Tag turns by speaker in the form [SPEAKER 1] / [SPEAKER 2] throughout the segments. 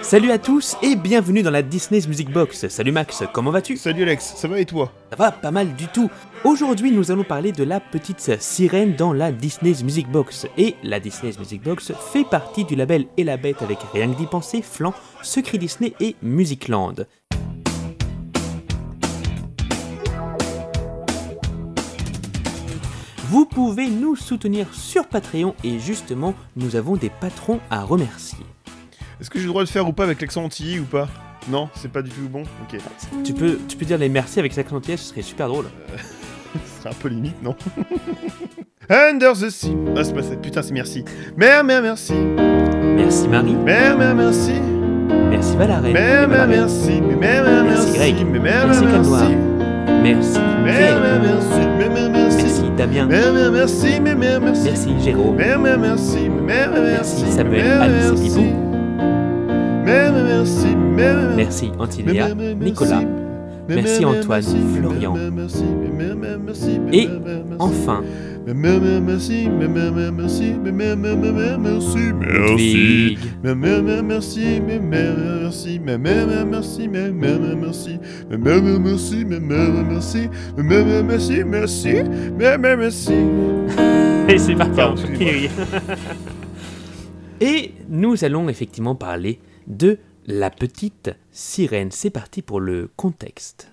[SPEAKER 1] Salut à tous et bienvenue dans la Disney's Music Box. Salut Max, comment vas-tu ?
[SPEAKER 2] Salut Alex, ça va et toi ?
[SPEAKER 1] Ça va pas mal du tout. Aujourd'hui nous allons parler de la petite sirène dans la Disney's Music Box. Et la Disney's Music Box fait partie du label Et la Bête avec Rien que d'y penser, Flan, Secret Disney et Musicland. Vous pouvez nous soutenir sur Patreon et justement nous avons des patrons à remercier.
[SPEAKER 2] Est-ce que j'ai le droit de faire ou pas avec l'accent antillais ou pas ? Non, c'est pas du tout bon ? Ok.
[SPEAKER 1] Tu peux dire les merci avec l'accent antillais, ce serait super drôle.
[SPEAKER 2] Ce serait un peu limite, non ? Under the sea. Ah, c'est pas ça. Putain, c'est merci. Merci.
[SPEAKER 1] Merci Marie.
[SPEAKER 2] Merci.
[SPEAKER 1] Merci Valarène.
[SPEAKER 2] Merci.
[SPEAKER 1] Merci Greg. Merci Canoir. Merci Pierre. Merci Damien. Merci Jérôme. Merci Samuel, Alice et Bibou. Merci Antiléa, Nicolas. Merci Antoine, Florian. Et enfin, Ludwig. Et c'est parti. Et nous allons effectivement parler de la petite sirène. C'est parti pour le contexte.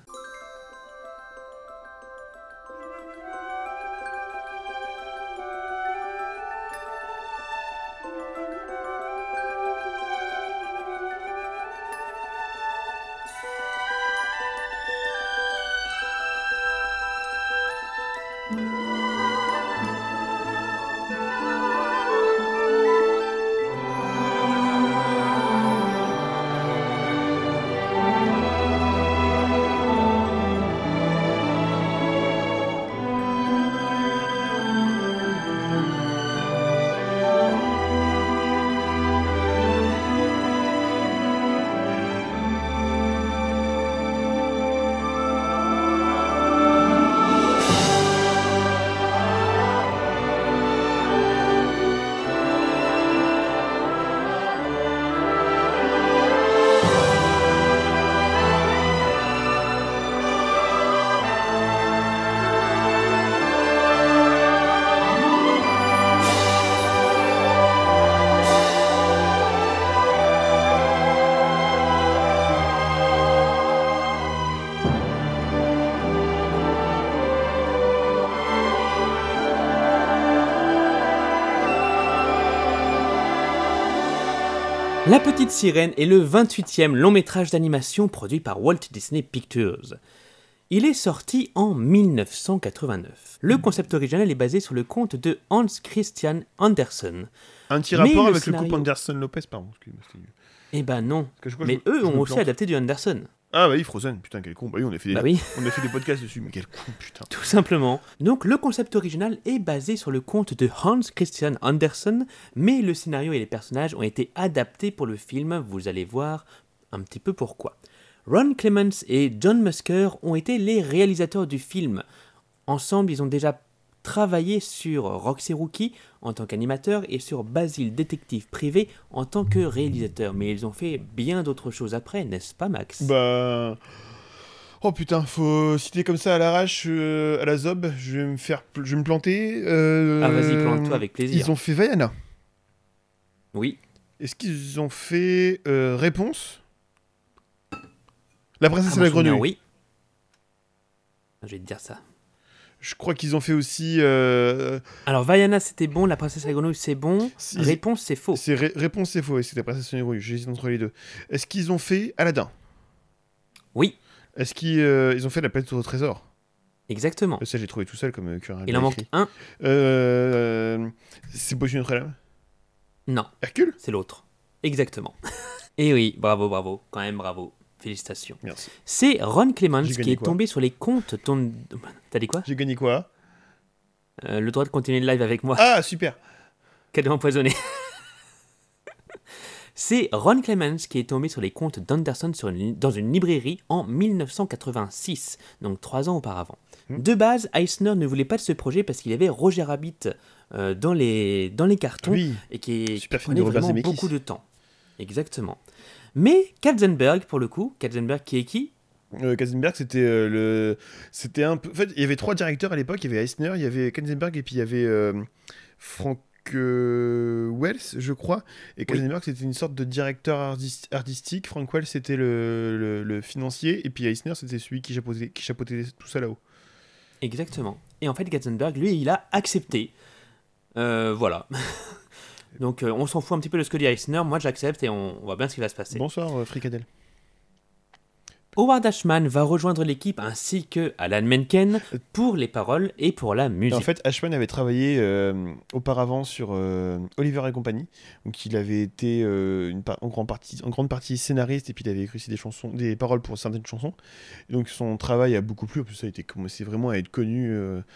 [SPEAKER 1] La Petite Sirène est le 28e long métrage d'animation produit par Walt Disney Pictures. Il est sorti en 1989. Le concept original est basé sur le conte de Hans Christian Andersen.
[SPEAKER 2] Un petit rapport avec le couple Anderson-Lopez, pardon.
[SPEAKER 1] Eh ben non, mais eux ont aussi adapté du Anderson.
[SPEAKER 2] Ah bah oui, Frozen, putain quel con, bah oui on a fait des podcasts dessus, mais quel con, putain.
[SPEAKER 1] Tout simplement. Donc le concept original est basé sur le conte de Hans Christian Andersen, mais le scénario et les personnages ont été adaptés pour le film, vous allez voir un petit peu pourquoi. Ron Clements et John Musker ont été les réalisateurs du film. Ensemble, ils ont déjà travaillé sur Roxy Rookie en tant qu'animateur et sur Basil Détective Privé en tant que réalisateur. Mais ils ont fait bien d'autres choses après, n'est-ce pas Max ?
[SPEAKER 2] Bah... Oh putain, faut citer comme ça à l'arrache, à la zob, je vais me planter.
[SPEAKER 1] Ah vas-y, plante-toi avec plaisir.
[SPEAKER 2] Ils ont fait Vaiana.
[SPEAKER 1] Oui.
[SPEAKER 2] Est-ce qu'ils ont fait Réponse ? La princesse et la grenouille.
[SPEAKER 1] Oui. Je vais te dire ça.
[SPEAKER 2] Je crois qu'ils ont fait aussi...
[SPEAKER 1] Alors, Vaiana, c'était bon. La princesse et la grenouille, c'est bon. Réponse, c'est faux.
[SPEAKER 2] Réponse, c'est faux. Et c'est la princesse et la grenouille. J'hésite entre les deux. Est-ce qu'ils ont fait Aladdin ?
[SPEAKER 1] Oui.
[SPEAKER 2] Est-ce qu'ils ont fait La planète au trésor ?
[SPEAKER 1] Exactement.
[SPEAKER 2] Ça, j'ai trouvé tout seul comme curé.
[SPEAKER 1] Il en manque un.
[SPEAKER 2] C'est Potion Notre-Dame ?
[SPEAKER 1] Non.
[SPEAKER 2] Hercule ?
[SPEAKER 1] C'est l'autre. Exactement. Et oui, bravo. Quand même, bravo. Félicitations.
[SPEAKER 2] Merci.
[SPEAKER 1] C'est Ron Clements qui est tombé sur les contes... T'as dit quoi ?
[SPEAKER 2] J'ai gagné quoi ?
[SPEAKER 1] Le droit de continuer le live avec moi.
[SPEAKER 2] Ah, super.
[SPEAKER 1] Cadeau empoisonné. C'est Ron Clements qui est tombé sur les contes d'Anderson dans une librairie en 1986, donc 3 ans auparavant. De base, Eisner ne voulait pas de ce projet parce qu'il y avait Roger Rabbit dans les cartons et qui prenait vraiment beaucoup de temps. Exactement. Mais Katzenberg, pour le coup, Katzenberg qui est qui?
[SPEAKER 2] Katzenberg, c'était un peu. En fait, il y avait 3 directeurs à l'époque. Il y avait Eisner, il y avait Katzenberg et puis il y avait Frank Wells, je crois. Et Katzenberg, c'était une sorte de directeur artistique. Frank Wells, c'était le financier. Et puis Eisner, c'était celui qui chapeautait tout ça là-haut.
[SPEAKER 1] Exactement. Et en fait, Katzenberg, lui, il a accepté. Voilà. Donc, on s'en fout un petit peu de ce que dit Eisner. Moi, j'accepte et on voit bien ce qui va se passer.
[SPEAKER 2] Bonsoir, Fricadelle.
[SPEAKER 1] Howard Ashman va rejoindre l'équipe ainsi que Alan Menken pour les paroles et pour la musique.
[SPEAKER 2] En fait, Ashman avait travaillé auparavant sur Oliver et compagnie, donc il avait été en grande partie scénariste et puis il avait écrit aussi des paroles pour certaines chansons. Et donc son travail a beaucoup plu. En plus, il commençait vraiment à être connu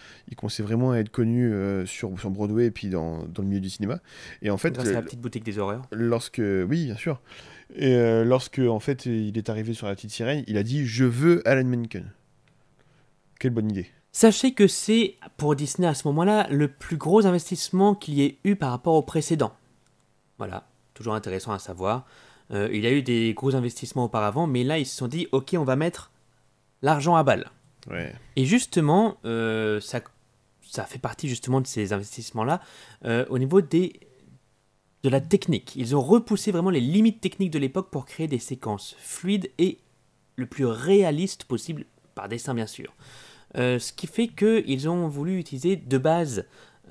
[SPEAKER 2] sur Broadway et puis dans le milieu du cinéma. Et en fait,
[SPEAKER 1] grâce à la petite boutique des horreurs.
[SPEAKER 2] Oui, bien sûr. Et lorsque en fait il est arrivé sur La Petite Sirène, il a dit je veux Alan Menken. Quelle bonne idée.
[SPEAKER 1] Sachez que c'est pour Disney à ce moment-là le plus gros investissement qu'il y ait eu par rapport au précédent. Voilà, toujours intéressant à savoir. Il y a eu des gros investissements auparavant, mais là ils se sont dit ok, on va mettre l'argent à balle.
[SPEAKER 2] Ouais.
[SPEAKER 1] Et justement, ça fait partie justement de ces investissements-là au niveau de la technique. Ils ont repoussé vraiment les limites techniques de l'époque pour créer des séquences fluides et le plus réaliste possible, par dessin bien sûr. Ce qui fait qu'ils ont voulu utiliser de base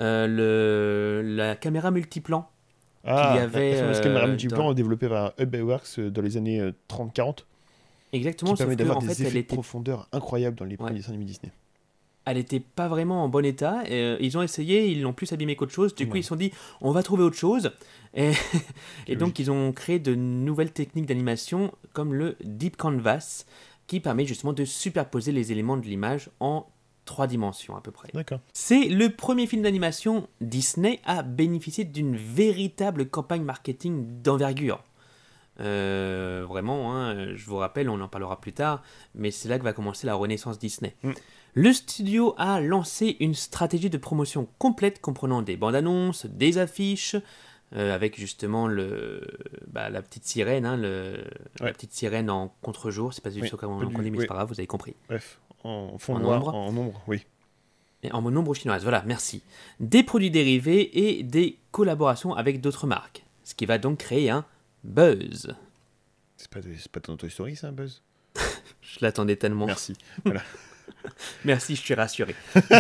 [SPEAKER 1] la caméra multiplan.
[SPEAKER 2] La fameuse caméra multiplan développée par Hub-Works dans les années 30-40.
[SPEAKER 1] Exactement,
[SPEAKER 2] qui permet d'avoir
[SPEAKER 1] en
[SPEAKER 2] des
[SPEAKER 1] fait,
[SPEAKER 2] effets de profondeur incroyables dans les premiers dessins animés Disney.
[SPEAKER 1] Elle n'était pas vraiment en bon état. Ils ont essayé, ils l'ont plus abîmé qu'autre chose. Du coup, ils se sont dit, on va trouver autre chose. Et donc, ils ont créé de nouvelles techniques d'animation, comme le Deep Canvas, qui permet justement de superposer les éléments de l'image en 3 dimensions à peu près.
[SPEAKER 2] D'accord.
[SPEAKER 1] C'est le premier film d'animation Disney à bénéficier d'une véritable campagne marketing d'envergure. Vraiment, hein, je vous rappelle, on en parlera plus tard, mais c'est là que va commencer la renaissance Disney. Le studio a lancé une stratégie de promotion complète comprenant des bandes annonces, des affiches, avec justement la petite sirène, hein, la petite sirène en contre-jour, c'est pas du tout comment on connaît, mais c'est pas grave, vous avez compris.
[SPEAKER 2] Bref, en fond noir, en ombre, oui.
[SPEAKER 1] Et en ombre chinoise, voilà, merci. Des produits dérivés et des collaborations avec d'autres marques, ce qui va donc créer un buzz.
[SPEAKER 2] C'est pas dans Toy Story, ça, un buzz?
[SPEAKER 1] Je l'attendais tellement.
[SPEAKER 2] Merci, voilà.
[SPEAKER 1] Merci, je suis rassuré.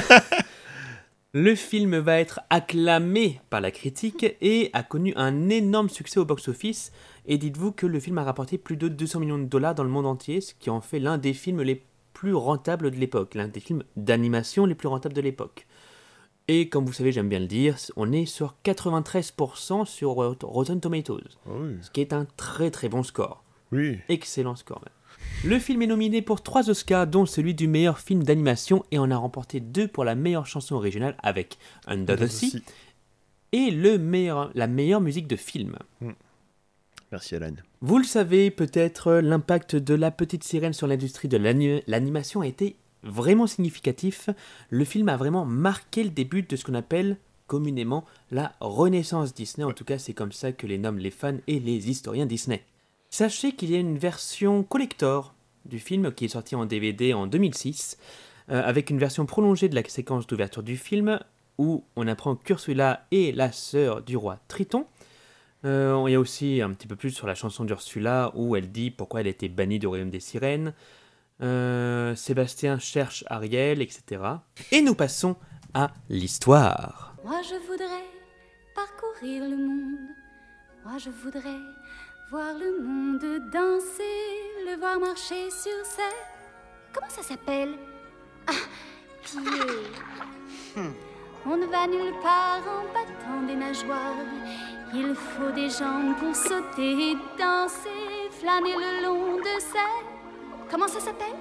[SPEAKER 1] Le film va être acclamé par la critique et a connu un énorme succès au box-office. Et dites-vous que le film a rapporté plus de 200 millions de dollars dans le monde entier, ce qui en fait l'un des films les plus rentables de l'époque, l'un des films d'animation les plus rentables de l'époque. Et comme vous savez, j'aime bien le dire, on est sur 93% sur Rotten Tomatoes, ce qui est un très très bon score.
[SPEAKER 2] Oui.
[SPEAKER 1] Excellent score même. Le film est nominé pour 3 Oscars, dont celui du meilleur film d'animation, et en a remporté 2 pour la meilleure chanson originale avec Under the Sea et la meilleure musique de film.
[SPEAKER 2] Merci Alan.
[SPEAKER 1] Vous le savez, peut-être l'impact de La Petite Sirène sur l'industrie de l'animation a été vraiment significatif. Le film a vraiment marqué le début de ce qu'on appelle communément la renaissance Disney. En tout cas, c'est comme ça que les nomment les fans et les historiens Disney. Sachez qu'il y a une version collector du film qui est sortie en DVD en 2006, avec une version prolongée de la séquence d'ouverture du film, où on apprend qu'Ursula est la sœur du roi Triton. Il y a aussi un petit peu plus sur la chanson d'Ursula, où elle dit pourquoi elle était bannie du royaume des sirènes. Sébastien cherche Ariel, etc. Et nous passons à l'histoire.
[SPEAKER 3] Moi je voudrais parcourir le monde. Moi je voudrais voir le monde danser, le voir marcher sur ses... Comment ça s'appelle? Pieds. On ne va nulle part en battant des nageoires. Il faut des jambes pour sauter et danser, flâner le long de ses... Comment ça s'appelle?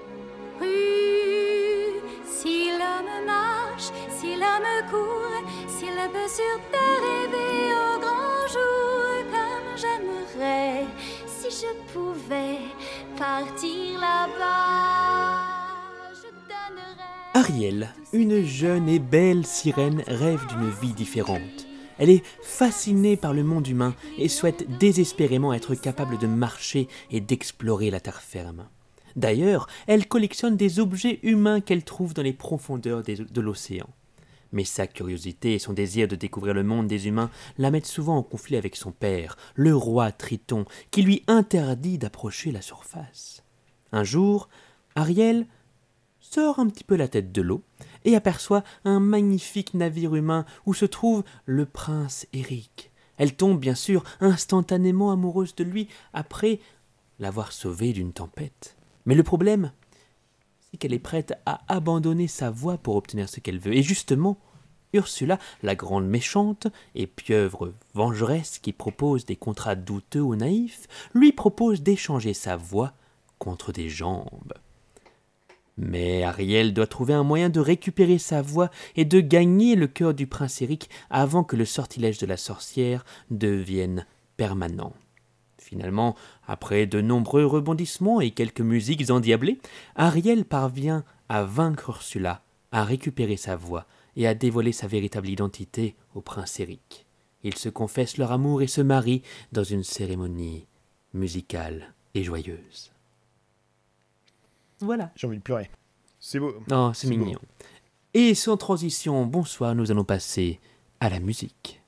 [SPEAKER 3] Rue. Si l'homme marche, si l'homme court, s'il peut sur terre rêver au grand jour, comme j'aimerais, si je pouvais partir là-bas, je donnerais...
[SPEAKER 1] Ariel, une jeune et belle sirène, rêve d'une vie différente. Elle est fascinée par le monde humain et souhaite désespérément être capable de marcher et d'explorer la terre ferme. D'ailleurs, elle collectionne des objets humains qu'elle trouve dans les profondeurs de l'océan. Mais sa curiosité et son désir de découvrir le monde des humains la mettent souvent en conflit avec son père, le roi Triton, qui lui interdit d'approcher la surface. Un jour, Ariel sort un petit peu la tête de l'eau et aperçoit un magnifique navire humain où se trouve le prince Eric. Elle tombe bien sûr instantanément amoureuse de lui après l'avoir sauvé d'une tempête. Mais le problème, c'est qu'elle est prête à abandonner sa voie pour obtenir ce qu'elle veut. Et justement, Ursula, la grande méchante et pieuvre vengeresse qui propose des contrats douteux aux naïfs, lui propose d'échanger sa voix contre des jambes. Mais Ariel doit trouver un moyen de récupérer sa voix et de gagner le cœur du prince Eric avant que le sortilège de la sorcière devienne permanent. Finalement, après de nombreux rebondissements et quelques musiques endiablées, Ariel parvient à vaincre Ursula, à récupérer sa voix et à dévoiler sa véritable identité au prince Eric. Ils se confessent leur amour et se marient dans une cérémonie musicale et joyeuse. Voilà.
[SPEAKER 2] J'ai envie de pleurer. C'est beau.
[SPEAKER 1] Oh, c'est mignon. Beau. Et sans transition, bonsoir, nous allons passer à la musique.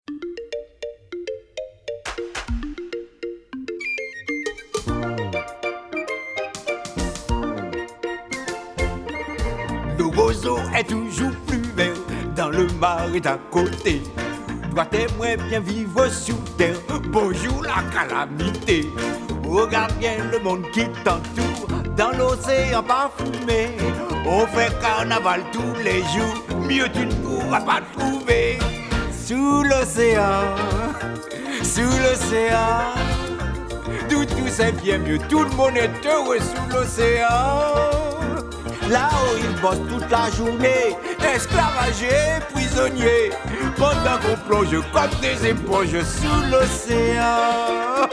[SPEAKER 4] L'oiseau est toujours plus vert dans le marais d'à côté. Toi t'aimerais bien vivre sous terre, bonjour la calamité. Regarde bien le monde qui t'entoure, dans l'océan parfumé. On fait carnaval tous les jours, mieux tu ne pourras pas trouver. Sous l'océan, d'où tout c'est bien mieux, tout le monde est heureux sous l'océan. Là-haut ils bossent toute la journée, esclavagés, prisonniers, pendant qu'on plonge comme des éponges sous l'océan.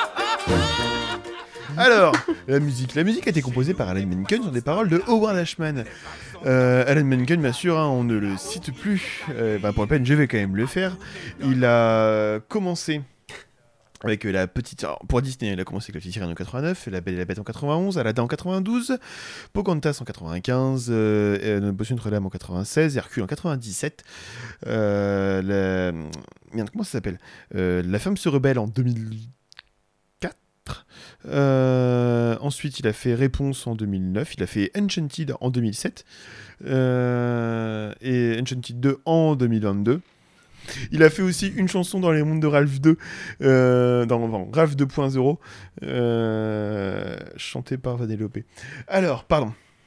[SPEAKER 2] Alors, la musique a été composée par Alan Menken sur des paroles de Howard Ashman. Alan Menken, bien sûr, on ne le cite plus, pour la peine, je vais quand même le faire. Il a commencé avec la petite... Alors, pour Disney, il a commencé avec La Petite Sirène en 89, La Belle et la Bête en 91, Aladdin en 92, Pocahontas en 95, Bossu Notre-Dame en 96, Hercule en 97, Merde, comment ça s'appelle La Femme se rebelle en 2004. Ensuite, il a fait Réponse en 2009, il a fait Enchanted en 2007, et Enchanted 2 en 2022. Il a fait aussi une chanson dans les mondes de Ralph 2, dans Ralph 2.0, chantée par Vanellope. Alors, pardon.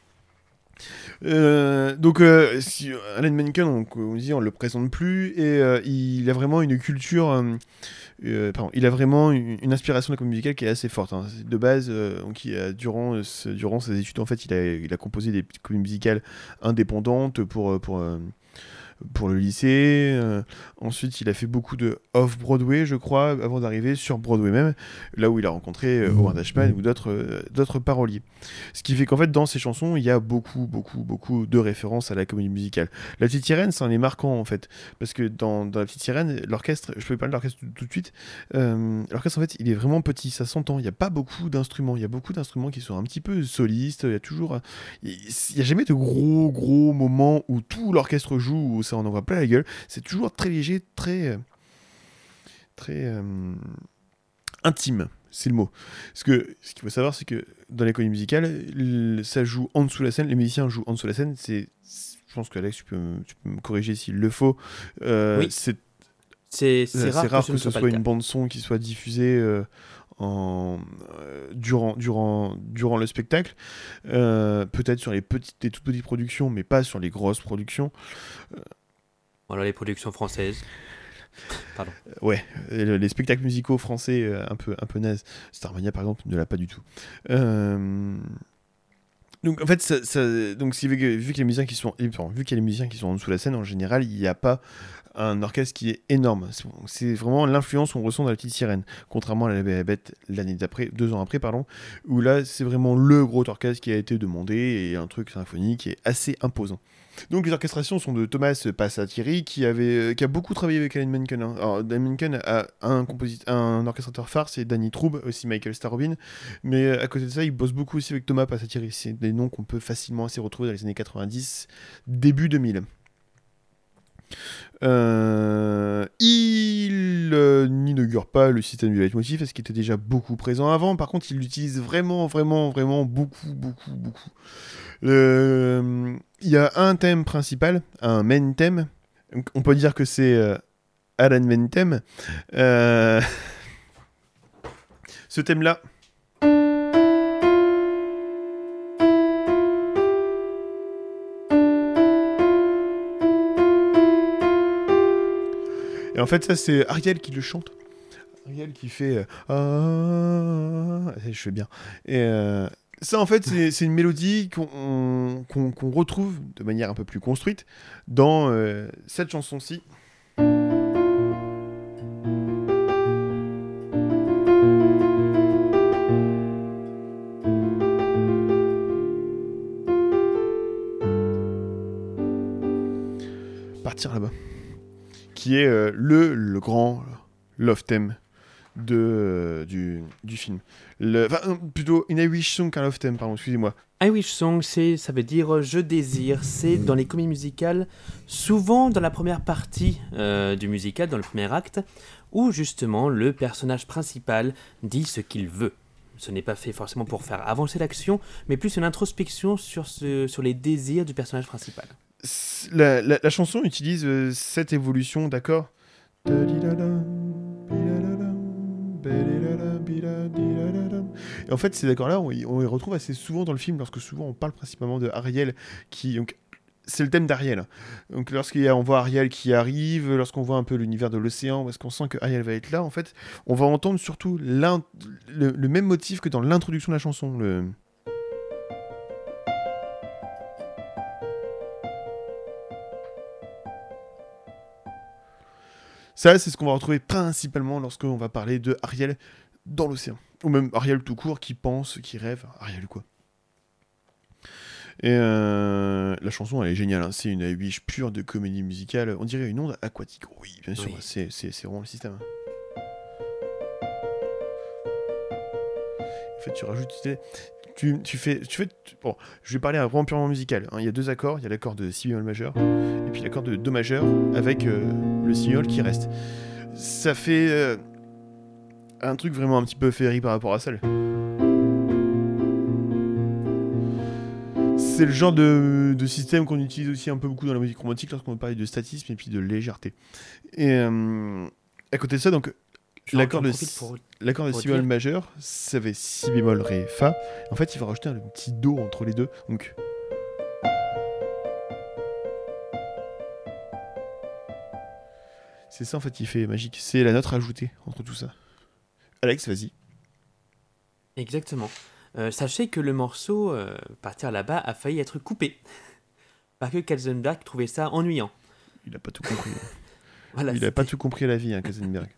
[SPEAKER 2] Si Alan Menken, on le le présente plus, et il a vraiment une culture, il a vraiment une inspiration de la comédie musicale qui est assez forte. Hein. De base, durant ses études, en fait, il a composé des comédies musicales indépendantes pour le lycée. Ensuite, il a fait beaucoup de off-Broadway, je crois, avant d'arriver sur Broadway même, là où il a rencontré Howard Ashman ou d'autres paroliers. Ce qui fait qu'en fait, dans ses chansons, il y a beaucoup de références à la comédie musicale. La Petite Sirène, c'en est marquant, en fait, parce que dans La Petite Sirène, l'orchestre, je peux parler de l'orchestre tout de suite, l'orchestre, en fait, il est vraiment petit, ça s'entend, il n'y a pas beaucoup d'instruments, il y a beaucoup d'instruments qui sont un petit peu solistes, il y a toujours... Il n'y a jamais de gros moments où tout l'orchestre joue, où ça en envoie plein la gueule. C'est toujours très léger, très intime, c'est le mot. Parce que ce qu'il faut savoir, c'est que dans les comédies musicales, ça joue en dessous de la scène, les musiciens jouent en dessous de la scène. Je pense que Alex, tu peux me corriger s'il le faut.
[SPEAKER 1] Oui. C'est rare
[SPEAKER 2] que ce soit une bande son qui soit diffusée durant le spectacle, peut-être sur les toutes petites productions, mais pas sur les grosses productions.
[SPEAKER 1] Voilà, les productions françaises. Pardon.
[SPEAKER 2] Ouais, les spectacles musicaux français un peu nazes. Starmania par exemple ne l'a pas du tout. Donc en fait, vu qu'il y a les musiciens qui sont en dessous de la scène, en général, il n'y a pas un orchestre qui est énorme. C'est vraiment l'influence qu'on ressent dans La Petite Sirène, contrairement à La Belle et la Bête 2 ans après, où là c'est vraiment le gros orchestre qui a été demandé et un truc symphonique qui est assez imposant. Donc les orchestrations sont de Thomas Passatieri qui a beaucoup travaillé avec Alan Menken. Hein. Alors Alan Menken a un orchestrateur phare, c'est Danny Troub, aussi Michael Starobin, mais à côté de ça, il bosse beaucoup aussi avec Thomas Passatieri. C'est des noms qu'on peut facilement assez retrouver dans les années 90, début 2000. Il n'inaugure pas le système du leitmotiv parce qu'il était déjà beaucoup présent avant. Par contre, il l'utilise vraiment beaucoup. Il y a un thème principal, un main theme. On peut dire que c'est Alan main theme. Ce thème-là. Et en fait, ça, c'est Ariel qui le chante. Ariel qui fait... je fais bien. Et ça, en fait, c'est une mélodie qu'on retrouve de manière un peu plus construite dans cette chanson-ci. Partir là-bas. Qui est le grand love theme du film. Plutôt une I Wish Song qu'un love theme, pardon, excusez-moi.
[SPEAKER 1] I Wish Song, ça veut dire je désire. C'est dans les comédies musicales, souvent dans la première partie du musical, dans le premier acte, où justement le personnage principal dit ce qu'il veut. Ce n'est pas fait forcément pour faire avancer l'action, mais plus une introspection sur les désirs du personnage principal.
[SPEAKER 2] La chanson utilise cette évolution d'accords. Et en fait, ces accords-là, on les retrouve assez souvent dans le film, lorsque souvent on parle principalement de Ariel, donc, c'est le thème d'Ariel. Donc lorsqu'on voit Ariel qui arrive, lorsqu'on voit un peu l'univers de l'océan, parce qu'on sent que Ariel va être là, en fait, on va entendre surtout le même motif que dans l'introduction de la chanson. Ça, c'est ce qu'on va retrouver principalement lorsqu'on va parler de Ariel dans l'océan. Ou même Ariel tout court qui pense, qui rêve. Ariel quoi. Et la chanson, elle est géniale. Hein. C'est une I Wish pure de comédie musicale. On dirait une onde aquatique. Oui, bien sûr. Oui. C'est vraiment le système. En fait, tu rajoutes... Tu fais... Bon, je vais parler vraiment purement musical. Hein. Il y a deux accords. Il y a l'accord de si bémol majeur et puis l'accord de do majeur avec le si bémol qui reste. Ça fait un truc vraiment un petit peu féerique par rapport à ça. C'est le genre de système qu'on utilise aussi un peu beaucoup dans la musique romantique lorsqu'on veut parler de statisme et puis de légèreté. Et à côté de ça, donc... L'accord de si bémol majeur, ça fait si bémol ré fa. En fait, il va rajouter un petit do entre les deux. Donc c'est ça en fait qui fait magique. C'est la note rajoutée entre tout ça. Alex, vas-y.
[SPEAKER 1] Exactement. Sachez que le morceau Partir là-bas a failli être coupé parce que Katzenberg trouvait ça ennuyant.
[SPEAKER 2] Il n'a pas tout compris.
[SPEAKER 1] Voilà,
[SPEAKER 2] il n'a pas tout compris à la vie, hein, Katzenberg.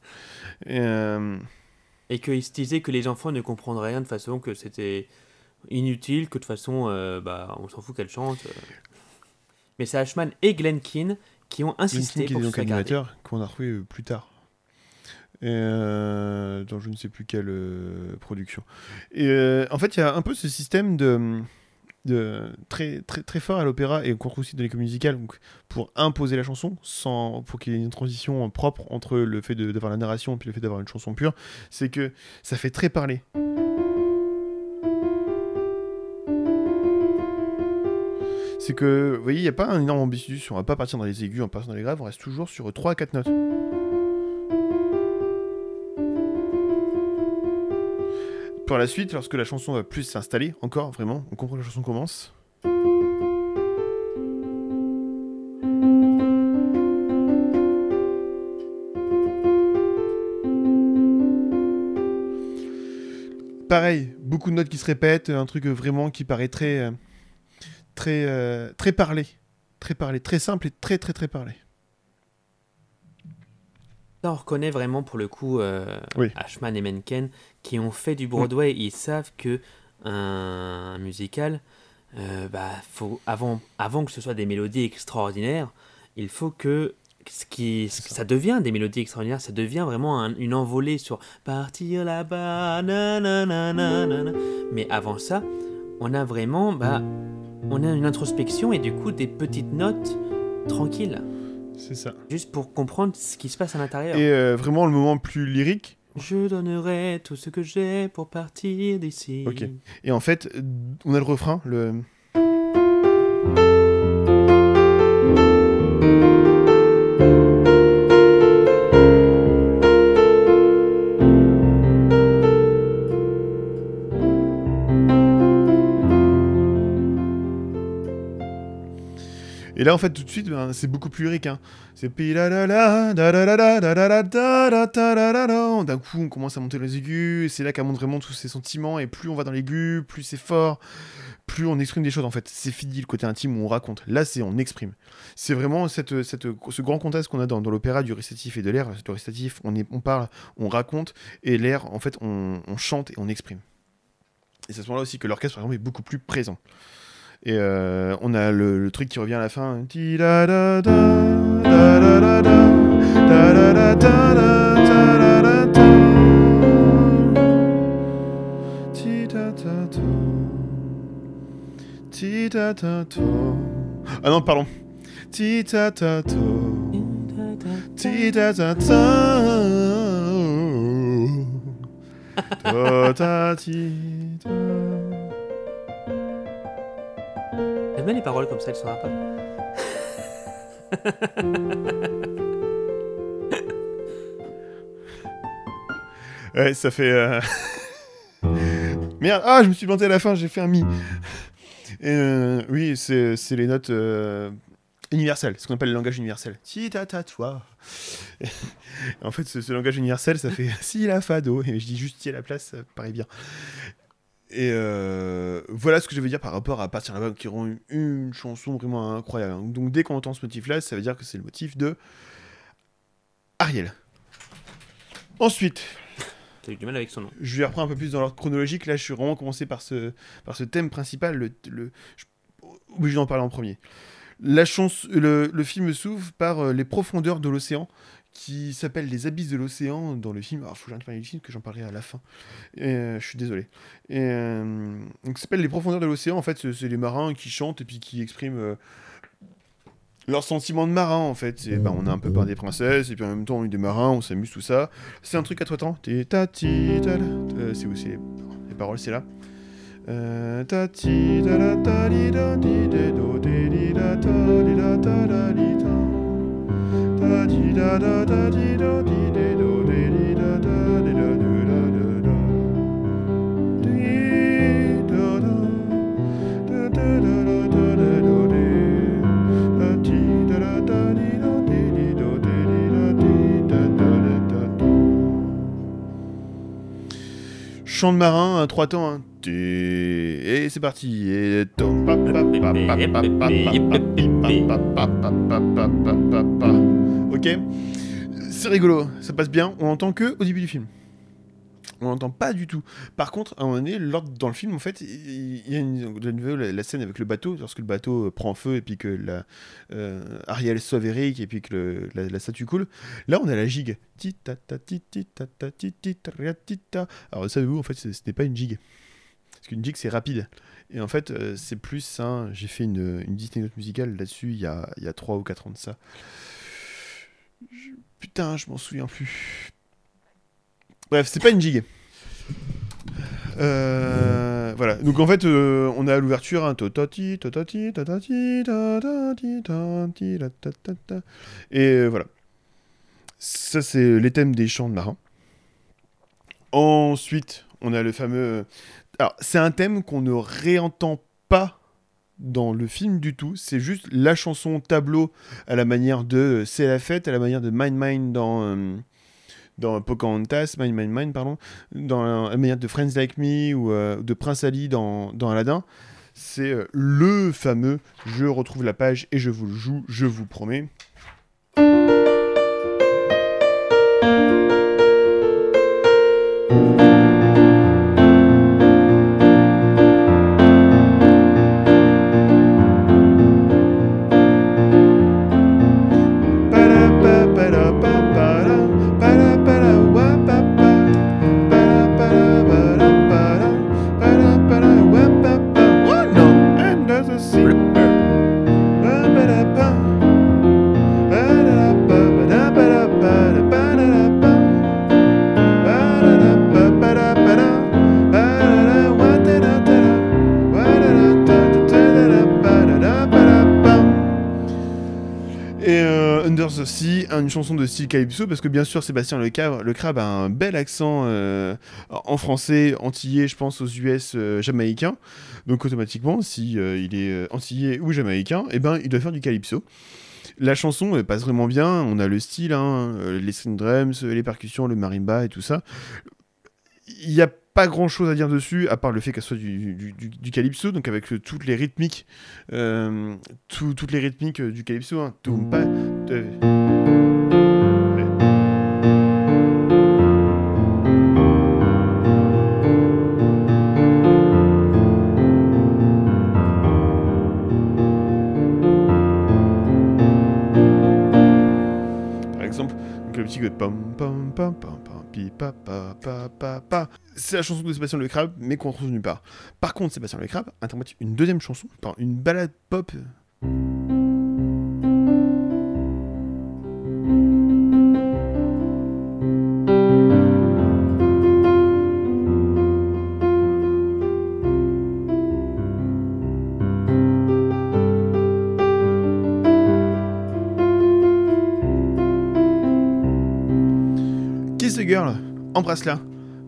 [SPEAKER 1] Et qu'il se disait que les enfants ne comprendraient rien de façon que c'était inutile, que de toute façon, on s'en fout qu'elle chante. Mais c'est Ashman et Glen Keane qui ont insisté pour que ce soit gardé.
[SPEAKER 2] Animateur qu'on a retrouvé plus tard. Dans je ne sais plus quelle production. Et en fait, il y a un peu ce système de très, très, très fort à l'opéra et qu'on retrouve aussi dans les comédies musicales, donc pour imposer la chanson, pour qu'il y ait une transition propre entre le fait d'avoir la narration et puis le fait d'avoir une chanson pure, c'est que ça fait très parler. C'est que, vous voyez, il n'y a pas un énorme ambitus, on va pas partir dans les aigus, on va partir dans les graves, on reste toujours sur 3 à 4 notes. Par la suite, lorsque la chanson va plus s'installer, encore vraiment, on comprend que la chanson commence. Pareil, beaucoup de notes qui se répètent, un truc vraiment qui paraît très parlé, très simple et très parlé.
[SPEAKER 1] On reconnaît vraiment pour le coup Ashman et Menken qui ont fait du Broadway. Ils savent que un musical avant que ce soit des mélodies extraordinaires, il faut que ça devient des mélodies extraordinaires, ça devient vraiment une envolée sur partir là-bas, nanana, nanana. Mais avant ça, on a vraiment, on a une introspection et du coup des petites notes tranquilles,
[SPEAKER 2] C'est ça.
[SPEAKER 1] juste pour comprendre ce qui se passe à l'intérieur.
[SPEAKER 2] Et vraiment, le moment plus lyrique.
[SPEAKER 1] Je donnerai tout ce que j'ai pour partir d'ici.
[SPEAKER 2] Ok. Et en fait, on a le refrain, le. Et là, en fait, tout de suite, c'est beaucoup plus lyrique. Hein. C'est pi-la-la-la, da-da-da-da-da-da-da-da-da-da-da. D'un coup, on commence à monter les aigus. Et c'est là qu'elle montre vraiment tous ses sentiments. Et plus on va dans l'aigu, plus c'est fort, plus on exprime des choses. En fait, c'est fini le côté intime où on raconte. Là, c'est on exprime. C'est vraiment ce grand contraste qu'on a dans l'opéra du récitatif et de l'air. Le récitatif, on parle, on raconte. Et l'air, en fait, on chante et on exprime. Et c'est à ce moment-là aussi que l'orchestre, par exemple, est beaucoup plus présent. Et on a le truc qui revient à la fin. Ah non, pardon.
[SPEAKER 1] J'aime bien les paroles comme ça, elles sont sympas.
[SPEAKER 2] Ouais, ça fait. Merde, je me suis planté à la fin, j'ai fait un mi. Oui, c'est les notes universelles, ce qu'on appelle le langage universel. Si ta toi. En fait, ce langage universel, ça fait si la fado. Et je dis juste si à la place, ça paraît bien. Et voilà ce que je veux dire par rapport à Partir là-bas, qui rend une chanson vraiment incroyable. Donc dès qu'on entend ce motif-là, ça veut dire que c'est le motif de Ariel. Ensuite,
[SPEAKER 1] T'as eu du mal avec son nom.
[SPEAKER 2] je vais reprendre un peu plus dans l'ordre chronologique. Là, je suis vraiment commencé par ce thème principal. Je suis obligé d'en parler en premier. Le film s'ouvre par les profondeurs de l'océan, qui s'appelle Les Abysses de l'océan dans le film. Alors, il faut que j'arrête de parler du film, que j'en parlerai à la fin. Je suis désolé. Donc, ça s'appelle Les Profondeurs de l'océan. En fait, c'est les marins qui chantent et puis qui expriment leurs sentiments de marin, en fait. On a un peu peur des princesses, et puis en même temps, on est des marins, on s'amuse, tout ça. C'est un truc à toi, temps. C'est où c'est les paroles, c'est là. Chant de marin, 3 temps, hein. Et c'est parti. Et ok, c'est rigolo, ça passe bien. On entend que au début du film. On n'entend pas du tout. Par contre, à un moment donné, dans le film, en fait, il y a la scène avec le bateau, lorsque le bateau prend feu et puis que Ariel sauve Eric et puis que la statue coule. Là, on a la gigue. Alors, savez-vous, en fait, ce n'est pas une gigue. Parce qu'une gigue, c'est rapide. Et en fait, c'est plus j'ai fait une Disney note musicale là-dessus il y a 3 ou 4 ans de ça. Putain, je m'en souviens plus. Bref, c'est pas une gigue. Voilà. Donc en fait, on a à l'ouverture un totati, totati, totati, totati, totati, totati. Et voilà. Ça, c'est les thèmes des chants de marins. Ensuite, on a le fameux. Alors, c'est un thème qu'on ne réentend pas dans le film du tout. C'est juste la chanson tableau à la manière de C'est la fête, à la manière de Mine Mine dans Pocahontas, Mine, pardon, dans la manière de Friends Like Me ou de Prince Ali dans Aladdin. C'est le fameux « Je retrouve la page et je vous le joue, je vous promets ». aussi une chanson de style calypso, parce que bien sûr Sébastien Le Crabe a un bel accent en français, antillais, je pense aux US jamaïcains. Donc automatiquement, si il est antillais ou jamaïcain, eh ben il doit faire du calypso. La chanson passe vraiment bien, on a le style, les string drums, les percussions, le marimba et tout ça. Il n'y a pas grand chose à dire dessus, à part le fait qu'elle soit du calypso, donc avec toutes les rythmiques, toutes les rythmiques du calypso. Tumpa, par exemple, donc le petit pam pam pam pam pam pi pa pa pa pa pa. C'est la chanson de Sébastien Le Crabe, mais qu'on retrouve nulle part. Par contre, Sébastien Le Crabe interprète une deuxième chanson, une ballade pop. Kiss the Girl, embrasse-la.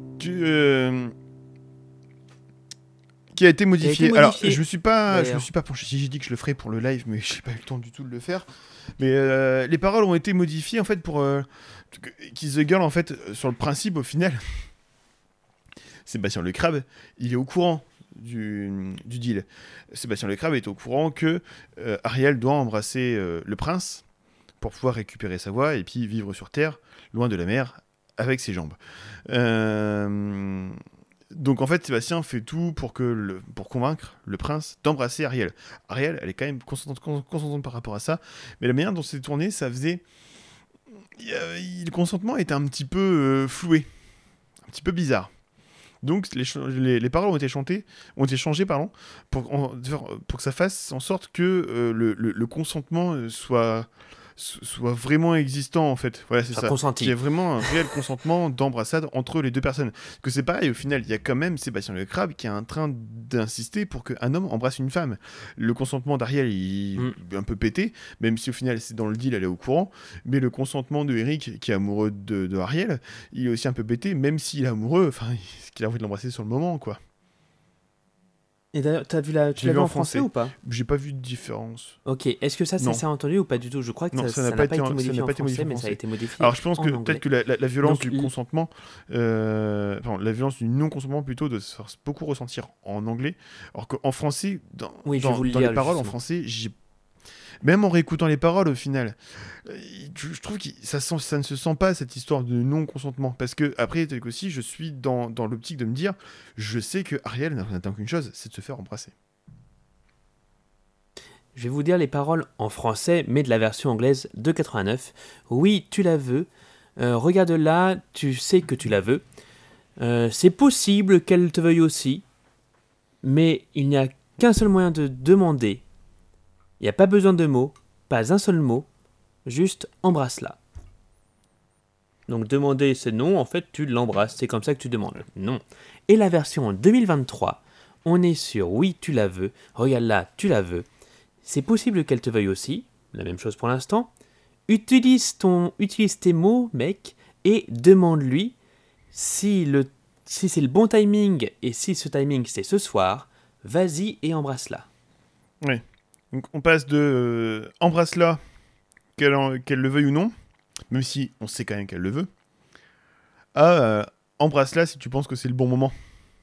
[SPEAKER 2] Qui a été modifié. Alors, je me suis pas penché. Si j'ai dit que je le ferais pour le live, mais j'ai pas eu le temps du tout de le faire. Mais les paroles ont été modifiées en fait pour Kiss the Girl en fait sur le principe au final. Sébastien Le Crabe, il est au courant du deal. Sébastien Le Crabe est au courant que Ariel doit embrasser le prince pour pouvoir récupérer sa voix et puis vivre sur Terre, loin de la mer, avec ses jambes. Donc en fait, Sébastien fait tout pour convaincre le prince d'embrasser Ariel. Ariel, elle est quand même consentante par rapport à ça, mais la manière dont c'est tourné, ça faisait... le consentement était un petit peu floué, un petit peu bizarre. Donc les paroles ont été changées pour que ça fasse en sorte que le consentement soit vraiment existant en fait. Voilà, c'est ça.
[SPEAKER 1] Consenti.
[SPEAKER 2] Il y a vraiment un réel consentement d'embrassade entre les deux personnes. Que c'est pareil, au final, il y a quand même Sébastien Le Crabe qui est en train d'insister pour qu'un homme embrasse une femme. Le consentement d'Ariel, il est un peu pété, même si au final, c'est dans le deal, elle est au courant. Mais le consentement de Eric, qui est amoureux de Ariel, il est aussi un peu pété, même s'il est amoureux, enfin, qu'il a envie de l'embrasser sur le moment, quoi.
[SPEAKER 1] Et d'ailleurs, tu l'as vu en français ou pas ?
[SPEAKER 2] J'ai pas vu de différence.
[SPEAKER 1] Ok, est-ce que ça s'est entendu ou pas du tout ? Je crois que ça n'a pas été modifié en français, mais ça a été modifié.
[SPEAKER 2] Alors je pense que
[SPEAKER 1] anglais.
[SPEAKER 2] Peut-être que la violence du consentement, la violence du non-consentement plutôt, de se faire beaucoup ressentir en anglais, alors qu'en français, dans les paroles en français, même en réécoutant les paroles au final, je trouve que ça ne se sent pas cette histoire de non-consentement. Parce que après, tel qu'aussi, je suis dans l'optique de me dire, je sais que Ariel n'attend qu'une chose, c'est de se faire embrasser.
[SPEAKER 1] Je vais vous dire les paroles en français, mais de la version anglaise de 89. Oui, tu la veux. Regarde-la, tu sais que tu la veux. C'est possible qu'elle te veuille aussi, mais il n'y a qu'un seul moyen de demander. Il n'y a pas besoin de mots, pas un seul mot, juste embrasse-la. Donc demander c'est non, en fait tu l'embrasses, c'est comme ça que tu demandes. Non. Et la version 2023, on est sur oui tu la veux, regarde-la, tu la veux. C'est possible qu'elle te veuille aussi, la même chose pour l'instant. Utilise tes mots, mec, et demande-lui si c'est le bon timing, et si ce timing c'est ce soir, vas-y et embrasse-la.
[SPEAKER 2] Oui. Donc on passe de embrasse-la, qu'elle le veuille ou non, même si on sait quand même qu'elle le veut, à embrasse-la si tu penses que c'est le bon moment.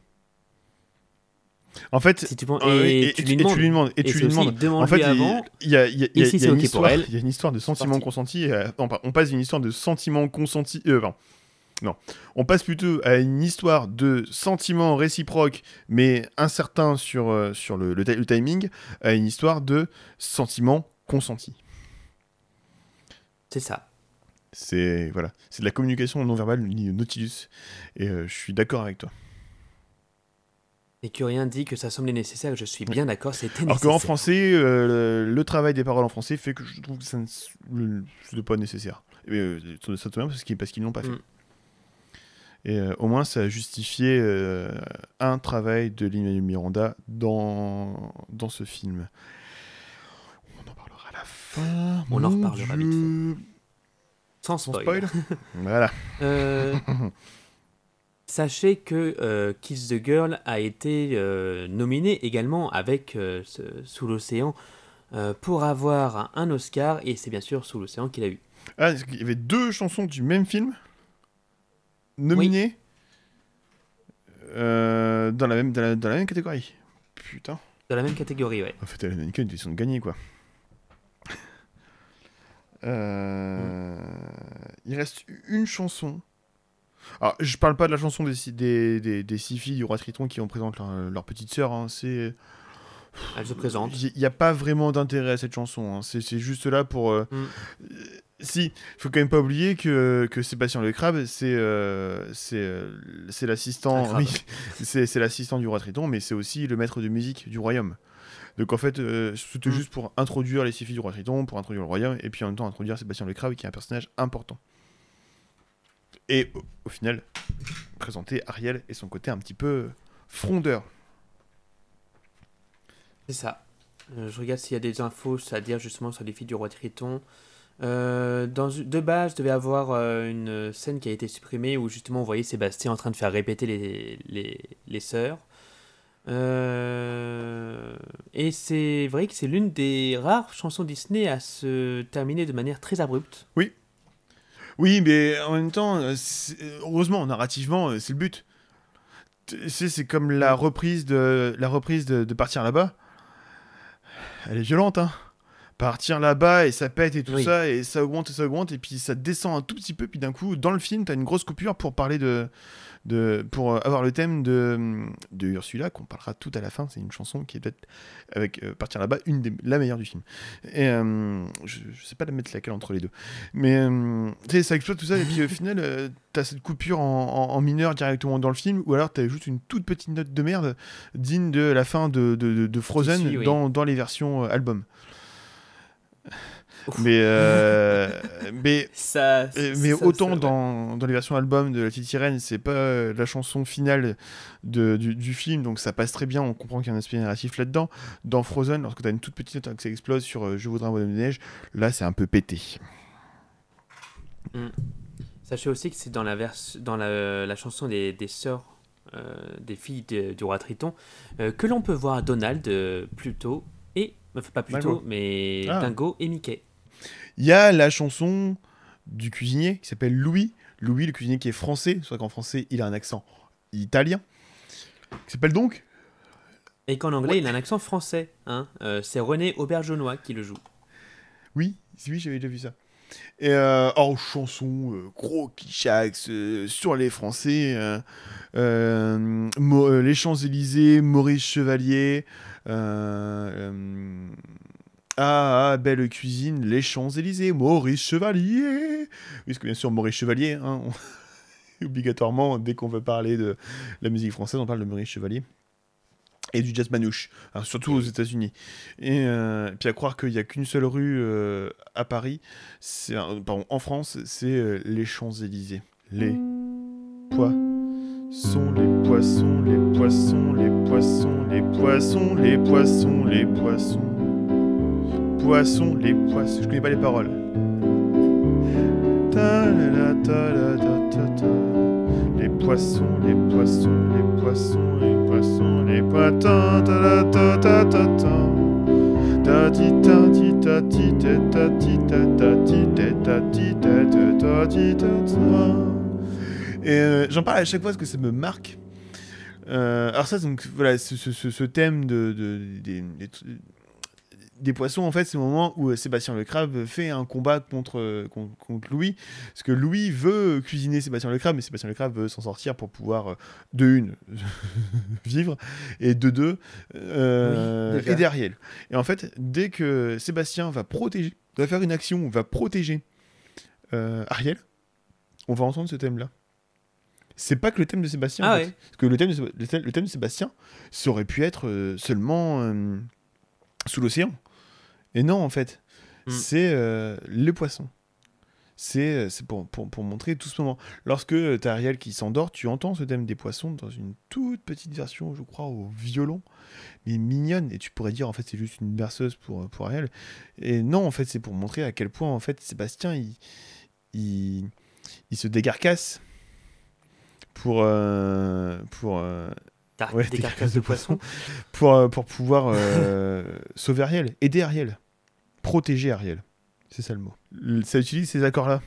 [SPEAKER 2] En fait,
[SPEAKER 1] si tu penses, tu lui demandes.
[SPEAKER 2] En fait, il y a une histoire de sentiment consenti. On passe d'une histoire de sentiment consenti. Non, on passe plutôt à une histoire de sentiments réciproques, mais incertains sur le timing, à une histoire de sentiments consentis.
[SPEAKER 1] C'est ça.
[SPEAKER 2] C'est de la communication non verbale Nautilus, et je suis d'accord avec toi.
[SPEAKER 1] Et que rien dit que ça semblait nécessaire, je suis bien d'accord, c'était nécessaire.
[SPEAKER 2] Alors qu'en français, le travail des paroles en français fait que je trouve que ce n'est pas nécessaire. Ça tombe bien parce qu'ils ne l'ont pas fait. Et au moins, ça a justifié un travail de Lin-Manuel Miranda dans ce film. On en parlera à la fin.
[SPEAKER 1] On en reparlera vite fait. Sans
[SPEAKER 2] Sans
[SPEAKER 1] spoil.
[SPEAKER 2] spoil. Voilà.
[SPEAKER 1] Sachez que Kiss the Girl a été nominé également avec Sous l'océan pour avoir un Oscar, et c'est bien sûr Sous l'océan qu'il a eu.
[SPEAKER 2] Ah, il y avait 2 chansons du même film nominées dans la même catégorie. Putain.
[SPEAKER 1] Dans la même catégorie, ouais.
[SPEAKER 2] En fait, elle a une question de gagner, quoi. Il reste une chanson. Alors, je parle pas de la chanson des 6 filles du roi Triton qui représentent leur petite sœur. Hein.
[SPEAKER 1] Elle se présente.
[SPEAKER 2] Il n'y a pas vraiment d'intérêt à cette chanson. Hein. C'est juste là pour. Si, faut quand même pas oublier que Sébastien Le Crabe, c'est l'assistant. Oui, c'est l'assistant du roi Triton, mais c'est aussi le maître de musique du royaume. Donc en fait, c'était juste pour introduire les 6 filles du roi Triton, pour introduire le royaume, et puis en même temps introduire Sébastien Le Crabe, qui est un personnage important. Et au final, présenter Ariel et son côté un petit peu frondeur.
[SPEAKER 1] C'est ça. Je regarde s'il y a des infos à dire justement sur les filles du roi Triton. De base, devait avoir une scène qui a été supprimée où justement on voyait Sébastien en train de faire répéter les sœurs. Et c'est vrai que c'est l'une des rares chansons Disney à se terminer de manière très abrupte.
[SPEAKER 2] Oui, mais en même temps, heureusement, narrativement, c'est le but. C'est comme la reprise de Partir là-bas. Elle est violente, hein. Partir là-bas et ça pète et tout ça, et ça augmente, et puis ça descend un tout petit peu, puis d'un coup, dans le film, t'as une grosse coupure pour parler pour avoir le thème de Ursula, qu'on parlera tout à la fin. C'est une chanson qui est peut-être, avec Partir là-bas, la meilleure du film. Et je sais pas mettre laquelle entre les deux. Mais tu sais, ça exploite tout ça, et puis au final, t'as cette coupure en mineur directement dans le film, ou alors t'as juste une toute petite note de merde digne de la fin de Frozen dans les versions album. Mais autant dans les versions album de La Petite Sirène, c'est pas la chanson finale du film, donc ça passe très bien, on comprend qu'il y a un aspect narratif là-dedans. Dans Frozen, lorsque t'as une toute petite note que ça explose sur Je voudrais un bonhomme de neige, là c'est un peu pété.
[SPEAKER 1] Sachez aussi que c'est dans la chanson des sœurs des filles du roi Triton que l'on peut voir Donald, Pluto et pas Pluto, mais Dingo et Mickey.
[SPEAKER 2] Il y a la chanson du cuisinier qui s'appelle Louis. Louis, le cuisinier qui est français. C'est vrai qu'en français, il a un accent italien. Qui s'appelle donc.
[SPEAKER 1] Et qu'en anglais, il a un accent français. Hein. C'est René Auberjonois qui le joue.
[SPEAKER 2] Oui, j'avais déjà vu ça. Et chanson gros clichax sur les Français. Les Champs-Élysées, Maurice Chevalier. Belle cuisine, les Champs-Élysées, Maurice Chevalier. Oui, parce que bien sûr, Maurice Chevalier, hein, obligatoirement, dès qu'on veut parler de la musique française, on parle de Maurice Chevalier. Et du jazz manouche, alors, surtout aux États-Unis. Et puis à croire qu'il n'y a qu'une seule rue à Paris, en France, c'est les Champs-Élysées. Les poissons, les poissons, les poissons, les poissons, les poissons, les poissons, les poissons. Poissons, les poissons. Je connais pas les paroles. Les poissons, les poissons, les poissons, les poissons, les poissons. Et j'en parle à chaque fois parce que ça me marque. Alors ça, donc voilà, ce thème des poissons, en fait, c'est le moment où Sébastien Le Crabe fait un combat contre Louis, parce que Louis veut cuisiner Sébastien Le Crabe, mais Sébastien Le Crabe veut s'en sortir pour pouvoir, de une, vivre, et de deux, aider Ariel. Et en fait, dès que Sébastien va faire une action, va protéger Ariel, on va entendre ce thème-là. C'est pas que le thème de Sébastien, en fait. Parce que le thème de Sébastien, ça aurait pu être seulement Sous l'océan. Et non, en fait, c'est les poissons. C'est pour montrer tout ce moment. Lorsque t'as Ariel qui s'endort, tu entends ce thème des poissons dans une toute petite version, je crois, au violon, mais mignonne. Et tu pourrais dire, en fait, c'est juste une berceuse pour Ariel. Et non, en fait, c'est pour montrer à quel point, en fait, Sébastien, il se décarcasse pour
[SPEAKER 1] Des carcasses de poissons.
[SPEAKER 2] pour pouvoir sauver Ariel, aider Ariel, protéger Ariel. C'est ça le mot. Ça utilise ces accords-là.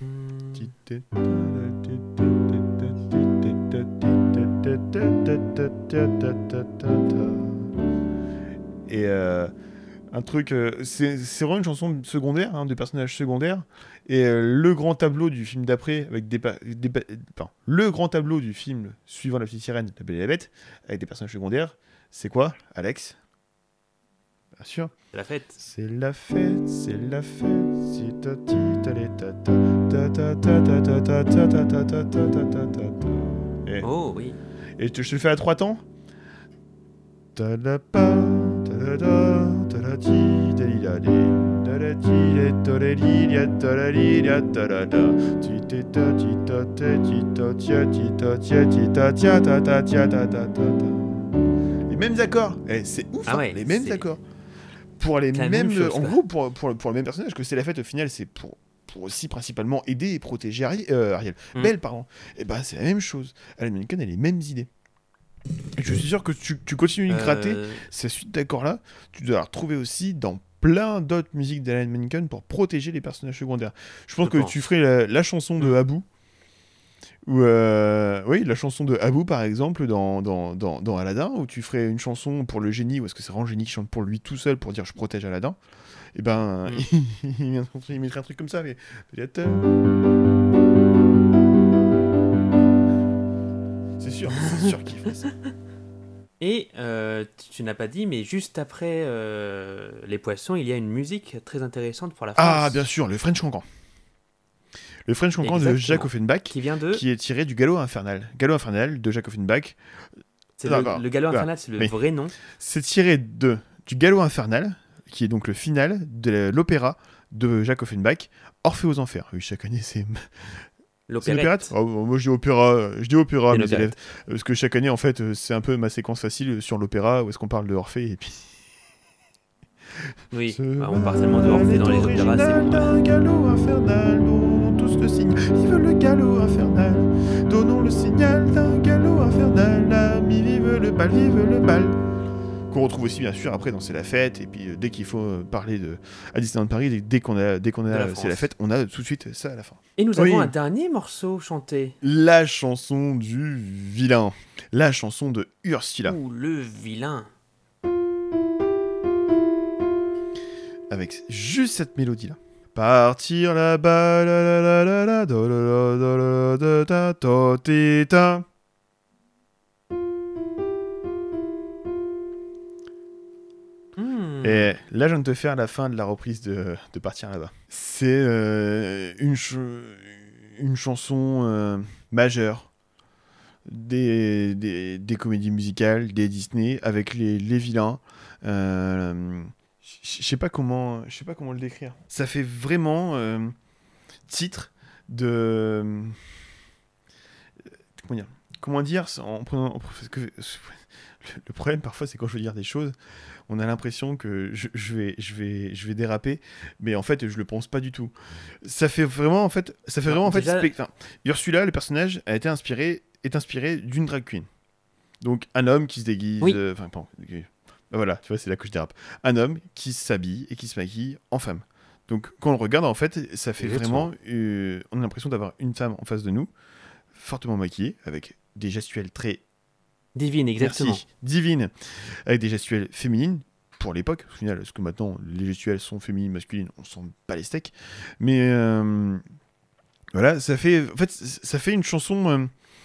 [SPEAKER 2] Et un truc, c'est vraiment une chanson secondaire, hein, de personnages secondaires. Et le grand tableau du film d'après, avec le grand tableau du film suivant La Petite Sirène, La Belle et la Bête, avec des personnages secondaires, c'est quoi, Alex? Bien sûr.
[SPEAKER 1] C'est la fête.
[SPEAKER 2] C'est la fête, c'est la fête. Si ta ti ta les ta ta ta ta ta ta ta ta ta ta ta ta ta ta ta. Et
[SPEAKER 1] Oh oui.
[SPEAKER 2] je te le fais à 3 temps. Ta la pa ta la da ta la ti ta li la li ta la ti le ta la li la ta la li la ta la da ti te ta ti ta te ti ta tia ti ta tia ti ta tia ta ta tia ta ta ta. Les mêmes accords. C'est ouf,
[SPEAKER 1] Ah ouais,
[SPEAKER 2] les mêmes
[SPEAKER 1] c'est-
[SPEAKER 2] accords. Pour les
[SPEAKER 1] la
[SPEAKER 2] mêmes,
[SPEAKER 1] même chose,
[SPEAKER 2] en
[SPEAKER 1] quoi.
[SPEAKER 2] gros, pour le même personnage, que c'est la fête au final, c'est pour aussi principalement aider et protéger Ariel.
[SPEAKER 1] Mm.
[SPEAKER 2] Belle, pardon. Et ben c'est la même chose. Alan Menken a les mêmes idées. Et je suis sûr que tu continues de gratter ces suites d'accords-là, tu dois la retrouver aussi dans plein d'autres musiques d'Alan Menken pour protéger les personnages secondaires. Je pense
[SPEAKER 1] Je
[SPEAKER 2] que
[SPEAKER 1] pense.
[SPEAKER 2] tu ferais la chanson de Abu. Ou oui, la chanson de Abu par exemple dans Aladdin, où tu ferais une chanson pour le génie, ou est-ce que c'est vraiment le génie qui chante pour lui tout seul pour dire je protège Aladdin, et ben il mettrait un truc comme ça, mais peut-être c'est sûr qu'il ferait ça.
[SPEAKER 1] Et tu n'as pas dit, mais juste après les poissons, il y a une musique très intéressante pour la France.
[SPEAKER 2] Ah bien sûr, le French Cancan. Le French Cancan de
[SPEAKER 1] Exactement.
[SPEAKER 2] Jacques Offenbach,
[SPEAKER 1] Qui vient de...
[SPEAKER 2] qui est tiré du Galop infernal. Galop infernal de Jacques Offenbach.
[SPEAKER 1] C'est
[SPEAKER 2] D'accord.
[SPEAKER 1] le galop
[SPEAKER 2] Voilà.
[SPEAKER 1] infernal, c'est le
[SPEAKER 2] Oui.
[SPEAKER 1] vrai nom.
[SPEAKER 2] C'est tiré du Galop infernal, qui est donc le final de l'opéra de Jacques Offenbach, Orphée aux Enfers. Oui, chaque année, c'est l'opérette. Oh, moi, je dis opéra
[SPEAKER 1] C'est
[SPEAKER 2] mes
[SPEAKER 1] l'opérette.
[SPEAKER 2] élèves. Parce que chaque année, en fait, c'est un peu ma séquence facile sur l'opéra, où est-ce qu'on parle de Orphée, et puis...
[SPEAKER 1] Oui,
[SPEAKER 2] Ce
[SPEAKER 1] bah, on parle tellement de Orphée dans les opéras, c'est
[SPEAKER 2] original
[SPEAKER 1] bon.
[SPEAKER 2] d'un galop infernal, donnons tous le signe, vive le galop infernal. Donnons le signal d'un galop infernal, amis, vive le bal. Qu'on retrouve aussi bien sûr après dans C'est la fête, et puis dès qu'il faut parler à Disneyland Paris, dès qu'on a
[SPEAKER 1] la
[SPEAKER 2] C'est la
[SPEAKER 1] France.
[SPEAKER 2] fête, on a tout de suite ça à la fin.
[SPEAKER 1] Et nous
[SPEAKER 2] Oui.
[SPEAKER 1] avons un dernier morceau chanté.
[SPEAKER 2] La chanson du vilain, la chanson de Ursula,
[SPEAKER 1] Ouh, le vilain.
[SPEAKER 2] avec juste cette mélodie là. Partir là-bas, la la la la la, do la la la la da da ti ta.
[SPEAKER 1] Hmm.
[SPEAKER 2] Et là, je viens de te faire la fin de la reprise de Partir là-bas. C'est une chanson majeure des comédies musicales, des Disney, avec les vilains. Je sais pas comment le décrire. Ça fait vraiment titre de... Comment dire parce que le problème parfois c'est quand je veux dire des choses, on a l'impression que je vais déraper, mais en fait je le pense pas du tout. Ça fait vraiment
[SPEAKER 1] déjà-
[SPEAKER 2] Ursula, le personnage, est inspiré d'une drag queen. Donc un homme qui se déguise,
[SPEAKER 1] Oui.
[SPEAKER 2] Voilà, tu vois, c'est là que je dérape. Un homme qui s'habille et qui se maquille en femme. Donc quand on le regarde, en fait, ça fait
[SPEAKER 1] Exactement.
[SPEAKER 2] vraiment... on a l'impression d'avoir une femme en face de nous, fortement maquillée, avec des gestuelles très...
[SPEAKER 1] Divine, exactement.
[SPEAKER 2] Merci, divines, avec des gestuelles féminines, pour l'époque, au final, parce que maintenant, les gestuelles sont féminines, masculines, on s'en bat les steaks. Mais voilà, ça fait une chanson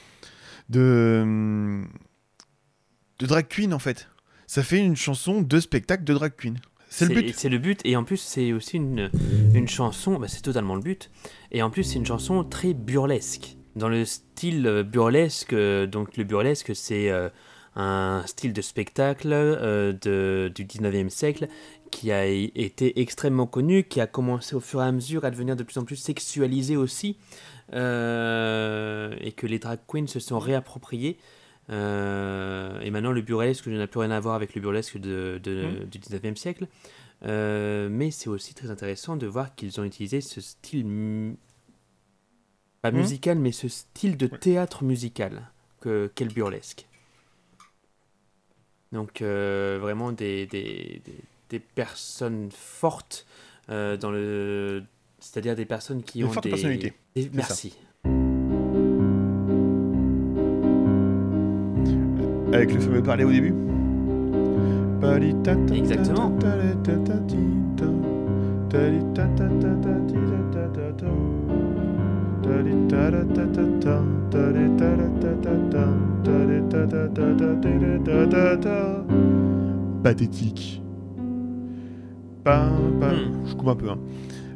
[SPEAKER 2] de drag queen, en fait. Ça fait une chanson de spectacle de drag queen. C'est le but.
[SPEAKER 1] C'est le but, et en plus c'est aussi une chanson, bah, c'est totalement le but, et en plus c'est une chanson très burlesque, dans le style burlesque, donc le burlesque c'est un style de spectacle du 19e siècle qui a été extrêmement connu, qui a commencé au fur et à mesure à devenir de plus en plus sexualisé aussi, et que les drag queens se sont réappropriés. Et maintenant le burlesque n'a plus rien à voir avec le burlesque du 19e siècle, mais c'est aussi très intéressant de voir qu'ils ont utilisé ce style Pas musical, mais ce style de théâtre musical qu'est le burlesque. Donc vraiment des personnes fortes c'est-à-dire des personnes qui ont
[SPEAKER 2] fortes personnalités.
[SPEAKER 1] Merci.
[SPEAKER 2] Avec le fameux parler au début.
[SPEAKER 1] Exactement.
[SPEAKER 2] Pathétique. Je coupe un peu, hein.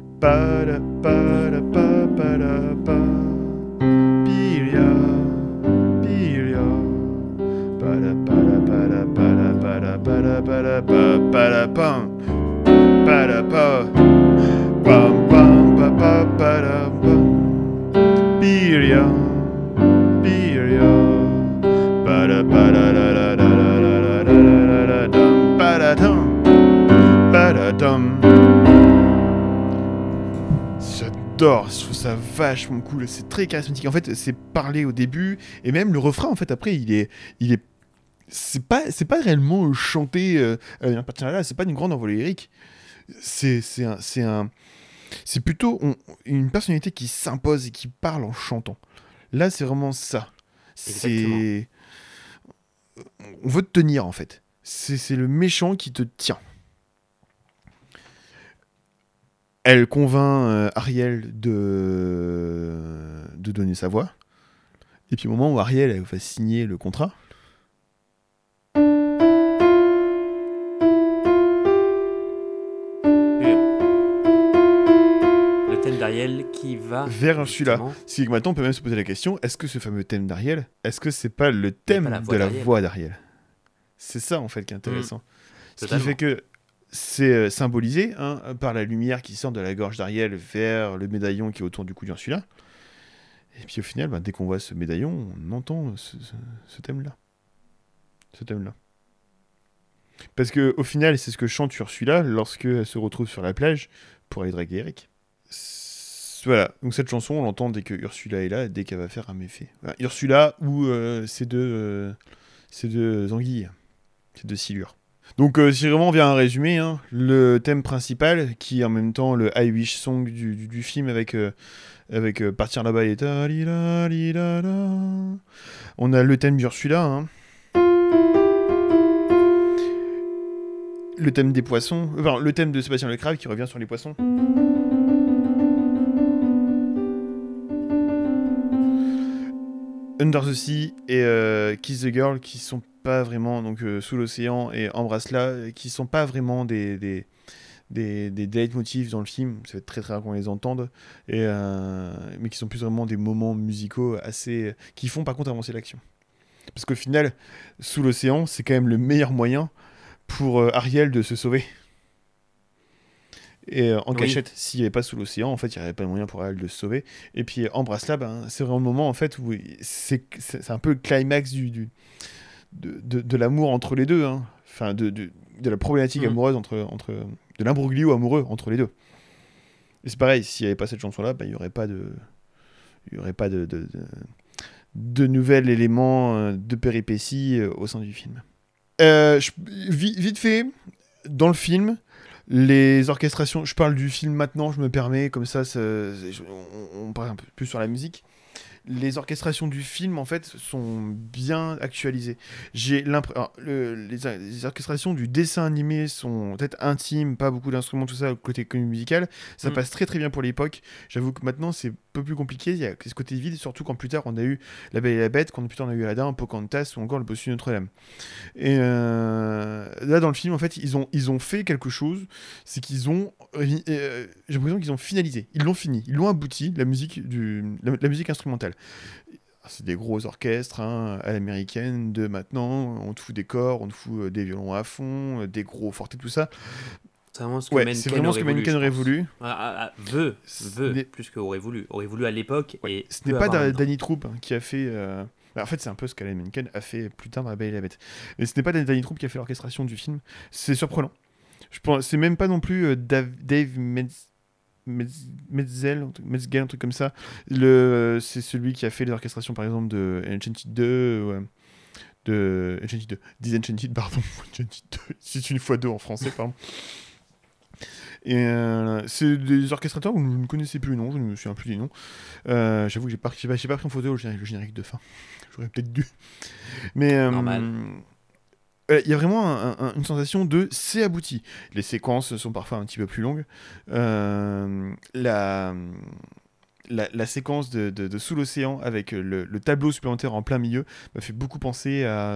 [SPEAKER 2] J'adore, je trouve ça vachement cool, c'est très charismatique. En fait, c'est parlé au début et même le refrain en fait après il est c'est pas réellement chanté à partir de là, c'est pas une grande envolée lyrique. C'est plutôt une personnalité qui s'impose et qui parle en chantant. Là, c'est vraiment ça.
[SPEAKER 1] Exactement.
[SPEAKER 2] On veut te tenir en fait. C'est le méchant qui te tient. Elle convainc Ariel de donner sa voix. Et puis au moment où Ariel elle va signer le contrat,
[SPEAKER 1] le thème d'Ariel qui va
[SPEAKER 2] vers Ursula. Si maintenant on peut même se poser la question, est-ce que ce fameux thème d'Ariel, est-ce que c'est pas le thème de la voix d'Ariel ? C'est ça en fait qui est intéressant. Ce qui fait que c'est symbolisé par la lumière qui sort de la gorge d'Ariel vers le médaillon qui est autour du cou d'Ursula. Et puis au final, dès qu'on voit ce médaillon, on entend ce thème-là. Ce thème-là. Parce qu'au final, c'est ce que chante Ursula lorsqu'elle se retrouve sur la plage pour aller draguer Eric. Voilà, donc cette chanson, on l'entend dès que Ursula est là, dès qu'elle va faire un méfait. Voilà. Ursula ou ces deux anguilles, ces deux silures. Donc si vraiment on vient à résumer, le thème principal, qui est en même temps le I Wish Song du film avec Partir là-bas et on a le thème d'Ursula, le thème des poissons, le thème de Sébastien Lecrave qui revient sur les poissons. Under the Sea et Kiss the Girl qui sont pas vraiment, donc Sous l'océan et Embrasse-la, qui sont pas vraiment des leitmotifs dans le film, ça va être très très rare qu'on les entende, mais qui sont plus vraiment des moments musicaux assez qui font par contre avancer l'action. Parce qu'au final, Sous l'océan, c'est quand même le meilleur moyen pour Ariel de se sauver. Et en cachette, s'il n'y avait pas Sous l'océan, en fait, il n'y aurait pas de moyen pour elle de se sauver. Et puis Embrasse-la, c'est vraiment le moment en fait où c'est un peu le climax de l'amour entre les deux, enfin de la problématique amoureuse de l'imbroglio amoureux entre les deux. Et c'est pareil, s'il n'y avait pas cette chanson-là, il n'y aurait pas de nouvel élément de péripéties au sein du film. Vite fait, dans le film, les orchestrations, je parle du film maintenant, je me permets, comme ça, on parle un peu plus sur la musique. Les orchestrations du film, en fait, sont bien actualisées. Les orchestrations du dessin animé sont peut-être intimes, pas beaucoup d'instruments, tout ça, côté musical. Ça passe très très bien pour l'époque. J'avoue que maintenant, c'est un peu plus compliqué. Il y a ce côté vide, surtout quand plus tard, on a eu La Belle et la Bête, quand plus tard, on a eu Aladdin, Pocahontas ou encore Le Bossu de Notre-Dame. Et là, dans le film, en fait, ils ont fait quelque chose. C'est qu'ils ont... j'ai l'impression qu'ils ont finalisé. Ils l'ont fini. Ils l'ont abouti, la musique instrumentale. C'est des gros orchestres à l'américaine de maintenant, on te fout des corps, on te fout des violons à fond, des gros fortés, tout ça.
[SPEAKER 1] C'est vraiment ce que Menken
[SPEAKER 2] aurait voulu.
[SPEAKER 1] Veut, plus qu'aurait voulu. Aurait voulu à l'époque. Et
[SPEAKER 2] ce n'est pas Danny Troupe qui a fait... En fait, c'est un peu ce qu'Alan Menken a fait plus tard dans La Belle et la Bête. Mais ce n'est pas Danny Troupe qui a fait l'orchestration du film. C'est surprenant. C'est même pas non plus Dave Metzger, un truc comme ça. C'est celui qui a fait les orchestrations, par exemple, de Enchanted 2, Disenchanted, pardon. Enchanted 2, c'est une fois deux en français, pardon. Et c'est des orchestrateurs où je ne connaissais plus le nom, je ne me souviens plus des noms. J'avoue que j'ai pas pris en photo le générique de fin. J'aurais peut-être dû. Mais
[SPEAKER 1] Normal.
[SPEAKER 2] il y a vraiment une sensation de c'est abouti. Les séquences sont parfois un petit peu plus longues. La séquence de Sous l'océan avec le tableau supplémentaire en plein milieu m'a fait beaucoup penser à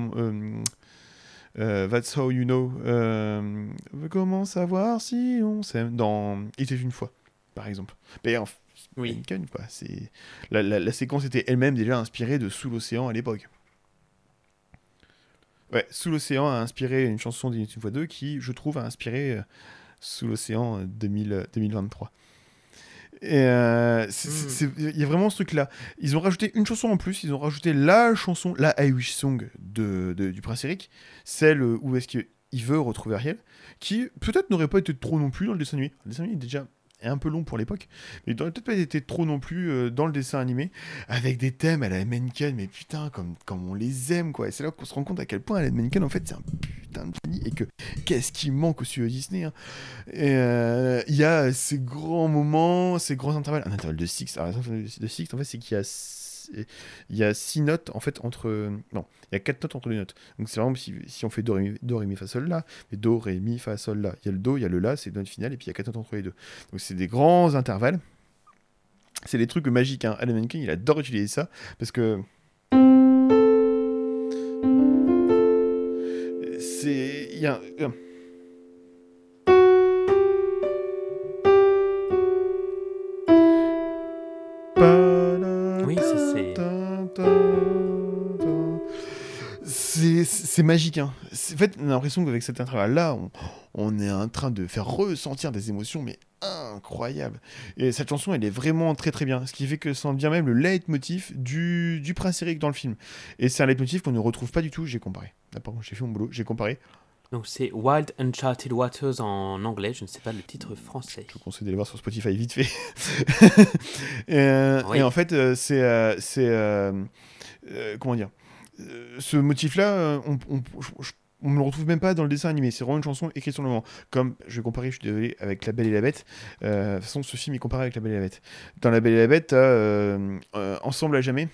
[SPEAKER 2] That's How You Know. Comment savoir si on s'aime dans Il était une fois, par exemple. Mais
[SPEAKER 1] Oui.
[SPEAKER 2] Quoi. La séquence était elle-même déjà inspirée de Sous l'océan à l'époque. Ouais, Sous l'océan a inspiré une chanson d'Il était une fois 2 qui, je trouve, a inspiré Sous l'océan 2023. Et il y a vraiment ce truc-là. Ils ont rajouté une chanson en plus, ils ont rajouté la chanson, la I Wish Song du Prince Eric, celle où est-ce qu'il veut retrouver Ariel, qui peut-être n'aurait pas été trop non plus dans le dessin animé. Le dessin animé est déjà un peu long pour l'époque, mais il n'aurait peut-être pas été trop non plus dans le dessin animé, avec des thèmes à la Menken, mais putain, comme on les aime, quoi. Et c'est là qu'on se rend compte à quel point Alan Menken, en fait, c'est un putain de génie, et que qu'est-ce qui manque au studio Disney, hein. Et il y a ces grands moments, ces grands intervalles, un intervalle de six. Alors, l'intervalle de six, en fait, c'est qu'il y a 6 notes en fait entre non, il y a 4 notes entre les notes. Donc c'est vraiment si on fait do ré mi fa sol la, mais do ré mi fa sol la, il y a le do, il y a le la, c'est la note finale et puis il y a 4 notes entre les deux. Donc c'est des grands intervalles. C'est des trucs magiques, hein. Alan Menken, il adore utiliser ça parce que c'est il y a
[SPEAKER 1] Oui,
[SPEAKER 2] c'est magique, hein. En fait, on a l'impression qu'avec cet intervalle-là, on est en train de faire ressentir des émotions, mais incroyables. Et cette chanson, elle est vraiment très très bien. Ce qui fait que ça en devient même le leitmotiv du Prince Eric dans le film. Et c'est un leitmotiv qu'on ne retrouve pas du tout. J'ai comparé. Là, par contre, j'ai fait mon boulot. J'ai comparé.
[SPEAKER 1] Donc c'est Wild Uncharted Waters en anglais, je ne sais pas le titre français.
[SPEAKER 2] Je vous conseille d'aller voir sur Spotify vite fait.
[SPEAKER 1] Oui.
[SPEAKER 2] Et en fait, comment dire, ce motif-là, on ne le retrouve même pas dans le dessin animé. C'est vraiment une chanson écrite sur le moment. Comme, je vais comparer, je suis désolé, avec La Belle et la Bête. De toute façon, ce film est comparé avec La Belle et la Bête. Dans La Belle et la Bête, t'as Ensemble à jamais.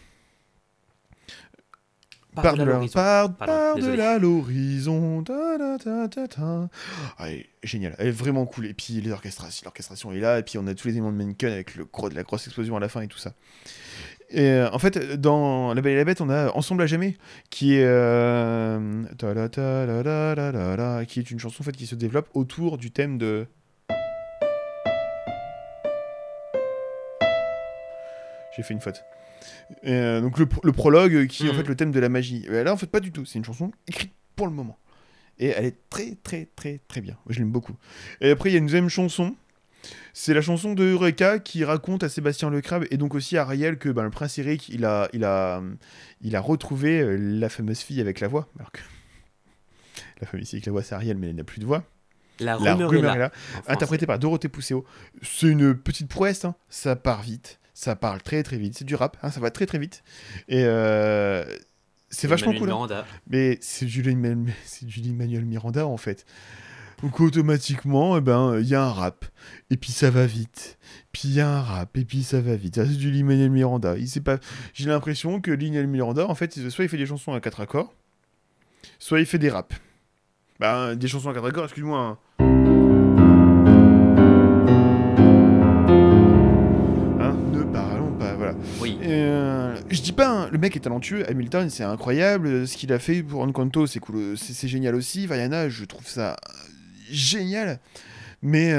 [SPEAKER 2] Par-delà l'horizon. Ouais, génial. Elle est vraiment cool. Et puis l'orchestration est là. Et puis on a tous les éléments de Menken avec la grosse explosion à la fin et tout ça. Et en fait, dans La Belle et la Bête, on a Ensemble à jamais, qui est qui est une chanson en fait qui se développe autour du thème de. J'ai fait une faute. Donc le prologue qui est en fait le thème de la magie. Là en fait pas du tout, c'est une chanson écrite pour le moment. Et elle est très très très très bien. Moi je l'aime beaucoup. Et après il y a une deuxième chanson. C'est la chanson de Eureka qui raconte à Sébastien Lecrabe et donc aussi à Ariel que le prince Eric il a retrouvé la fameuse fille avec la voix. Alors que la fameuse fille avec la voix c'est Ariel mais elle n'a plus de voix.
[SPEAKER 1] La rumeur est là,
[SPEAKER 2] interprétée par Dorothée Pousseau. C'est une petite prouesse, hein. Ça part vite. Ça parle très très vite, c'est du rap, hein, ça va très très vite. Et c'est vachement cool. Hein. Mais c'est du Lin-Manuel Miranda en fait. Donc automatiquement, il y a un rap, et puis ça va vite. Puis il y a un rap, et puis ça va vite. Ça, c'est du Lin-Manuel Miranda. J'ai l'impression que Lin-Manuel Miranda, en fait, soit il fait des chansons à 4 accords, soit il fait des raps. Des chansons à 4 accords, excuse-moi. Hein.
[SPEAKER 1] Oui.
[SPEAKER 2] Je dis pas, hein, le mec est talentueux, Hamilton c'est incroyable, ce qu'il a fait pour Encanto c'est cool, c'est génial aussi, Vaiana je trouve ça génial, mais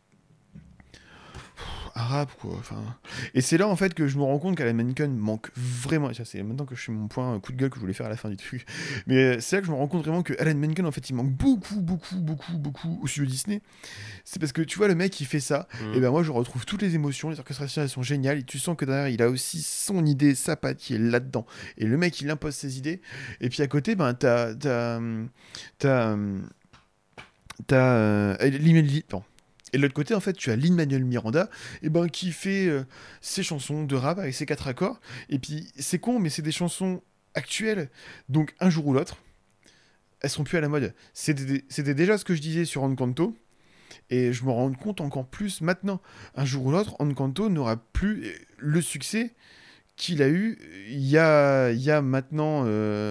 [SPEAKER 2] arabe quoi, enfin. Et c'est là en fait que je me rends compte qu'Alan Menken manque vraiment, ça c'est maintenant que je fais mon point coup de gueule que je voulais faire à la fin du truc, mais c'est là que je me rends compte vraiment que Alan Menken en fait il manque beaucoup au studio Disney. C'est parce que tu vois le mec qui fait ça, et moi je retrouve toutes les émotions, les orchestrations elles sont géniales, et tu sens que derrière il a aussi son idée, sa patte qui est là-dedans, et le mec il impose ses idées, et puis à côté t'as Et de l'autre côté, en fait, tu as Lin-Manuel Miranda, qui fait ses chansons de rap avec ses 4 accords. Et puis, c'est con, mais c'est des chansons actuelles. Donc, un jour ou l'autre, elles sont plus à la mode. C'était déjà ce que je disais sur Encanto. Et je me rends compte encore plus maintenant. Un jour ou l'autre, Encanto n'aura plus le succès qu'il a eu il y a maintenant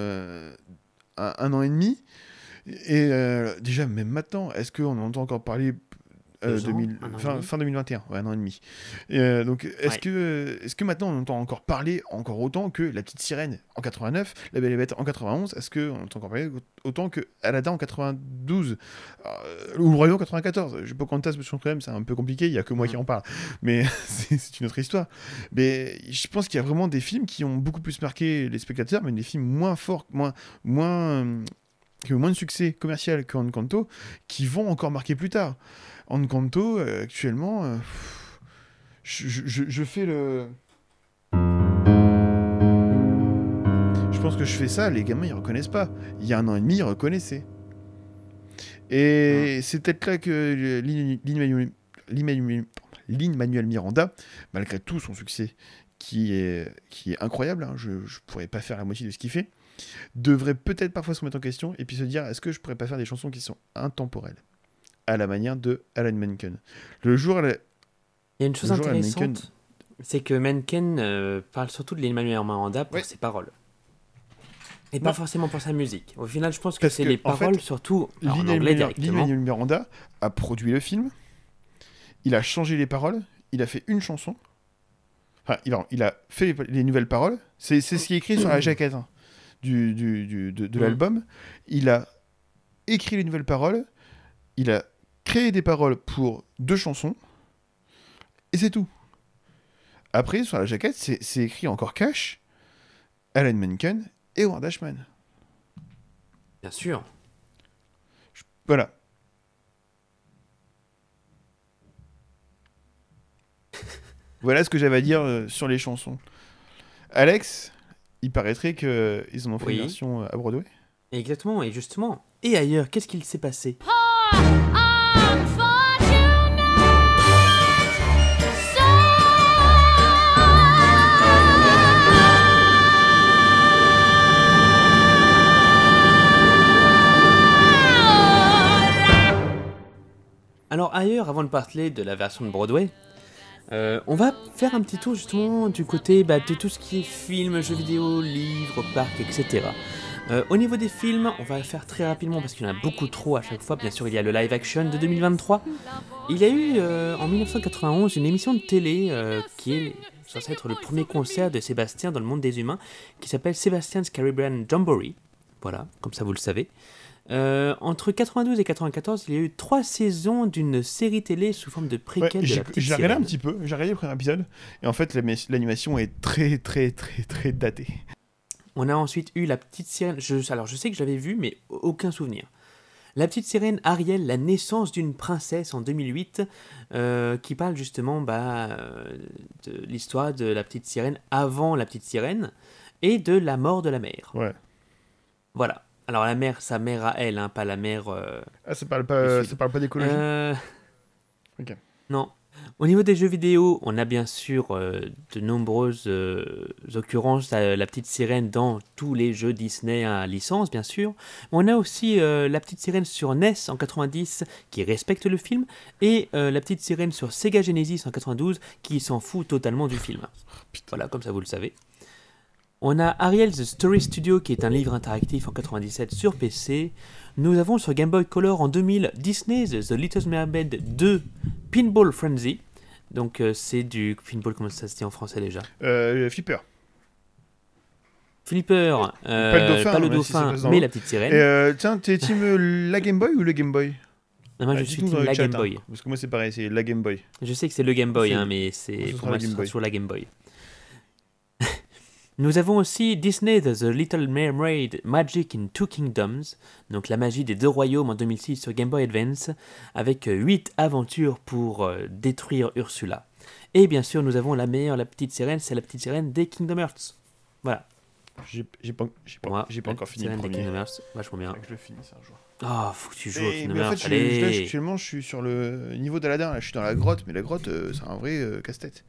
[SPEAKER 2] un an et demi. Et déjà, même maintenant, est-ce qu'on en entend encore parler fin 2021, un an et demi. Donc, est-ce que maintenant on entend encore parler encore autant que La Petite Sirène en 89, La Belle et Bête en 91, est-ce qu'on entend encore parler autant que Aladdin en 92 ou Le Roi Lion en 94? Je sais pas quand ce problème, c'est un peu compliqué, il y a que moi qui en parle, mais c'est une autre histoire. Mais je pense qu'il y a vraiment des films qui ont beaucoup plus marqué les spectateurs, mais des films moins forts, qui ont moins de succès commercial qu'Encanto, qui vont encore marquer plus tard. Encanto, actuellement, je fais le... Je pense que je fais ça, les gamins, ils reconnaissent pas. Il y a un an et demi, ils reconnaissaient. Et c'est peut-être là que Lin-Manuel Miranda, malgré tout son succès, qui est incroyable, hein, je pourrais pas faire la moitié de ce qu'il fait, devrait peut-être parfois se remettre en question et puis se dire, est-ce que je pourrais pas faire des chansons qui sont intemporelles, à la manière de Alan Menken.
[SPEAKER 1] Il y a une chose intéressante, c'est que Menken parle surtout de Lin-Manuel Miranda pour ses paroles. Et pas forcément pour sa musique. Au final, je pense que c'est les paroles, surtout en anglais directement.
[SPEAKER 2] Lin-Manuel Miranda a produit le film, il a changé les paroles, il a fait une chanson, enfin, il a fait les nouvelles paroles, c'est ce qui est écrit sur la jaquette de l'album. Il a écrit les nouvelles paroles, il a créé des paroles pour 2 chansons, et c'est tout. Après, sur la jaquette, c'est écrit encore cash, Alan Menken et Howard Ashman.
[SPEAKER 1] Bien sûr.
[SPEAKER 2] Voilà. Voilà ce que j'avais à dire sur les chansons. Alex, il paraîtrait qu'ils en ont fait une version à Broadway.
[SPEAKER 1] Exactement, et justement. Et ailleurs, qu'est-ce qu'il s'est passé ? Alors ailleurs, avant de parler de la version de Broadway, on va faire un petit tour justement du côté de tout ce qui est film, jeux vidéo, livres, parcs, etc. Au niveau des films, on va le faire très rapidement parce qu'il y en a beaucoup trop à chaque fois. Bien sûr, il y a le live action de 2023. Il y a eu en 1991 une émission de télé qui est censée être le premier concert de Sébastien dans le monde des humains, qui s'appelle Sebastian's Caribbean Jamboree. Voilà, comme ça vous le savez. Entre 92 et 94, il y a eu 3 saisons d'une série télé sous forme de préquel de la Petite Sirène.
[SPEAKER 2] J'ai regardé un petit peu, j'ai regardé le premier épisode, et en fait l'animation est très très très très datée.
[SPEAKER 1] On a ensuite eu la Petite Sirène, alors je sais que je l'avais vue, mais aucun souvenir. La Petite Sirène Ariel, la naissance d'une princesse en 2008, qui parle justement de l'histoire de la Petite Sirène avant la Petite Sirène, et de la mort de la mère.
[SPEAKER 2] Ouais.
[SPEAKER 1] Voilà. Alors la mère, sa mère à elle, pas la mère...
[SPEAKER 2] ça parle pas d'écologie
[SPEAKER 1] Ok. Non. Au niveau des jeux vidéo, on a bien sûr de nombreuses occurrences à la Petite Sirène dans tous les jeux Disney à licence, bien sûr. On a aussi la Petite Sirène sur NES en 90 qui respecte le film, et la Petite Sirène sur Sega Genesis en 92 qui s'en fout totalement du film. Voilà, comme ça vous le savez. On a Ariel's Story Studio qui est un livre interactif en 97 sur PC. Nous avons sur Game Boy Color en 2000 Disney's The Little Mermaid 2 Pinball Frenzy. Donc c'est du pinball, comment ça se dit en français déjà ?
[SPEAKER 2] Flipper.
[SPEAKER 1] Flipper, pas le dauphin, mais la Petite Sirène.
[SPEAKER 2] Tiens, t'es team la Game Boy ou le Game Boy ?
[SPEAKER 1] Non, moi je suis team la Game Boy.
[SPEAKER 2] Parce que moi c'est pareil, c'est la Game Boy.
[SPEAKER 1] Je sais que c'est le Game Boy, mais pour moi ce sera sur la Game Boy. Nous avons aussi Disney The Little Mermaid Magic in Two Kingdoms, donc la magie des 2 royaumes en 2006 sur Game Boy Advance, avec 8 aventures pour détruire Ursula. Et bien sûr, nous avons la meilleure, la Petite Sirène, c'est la Petite Sirène des Kingdom Hearts. Voilà.
[SPEAKER 2] J'ai pas encore fini le premier.
[SPEAKER 1] Kingdom Hearts, vachement bien.
[SPEAKER 2] Que je le finisse un jour.
[SPEAKER 1] Oh, faut que tu joues au
[SPEAKER 2] Mais
[SPEAKER 1] Kingdom
[SPEAKER 2] en
[SPEAKER 1] Hearts,
[SPEAKER 2] fait, là,
[SPEAKER 1] allez.
[SPEAKER 2] actuellement, je suis sur le niveau d'Aladin. Là, je suis dans la grotte, mais la grotte, c'est un vrai casse-tête.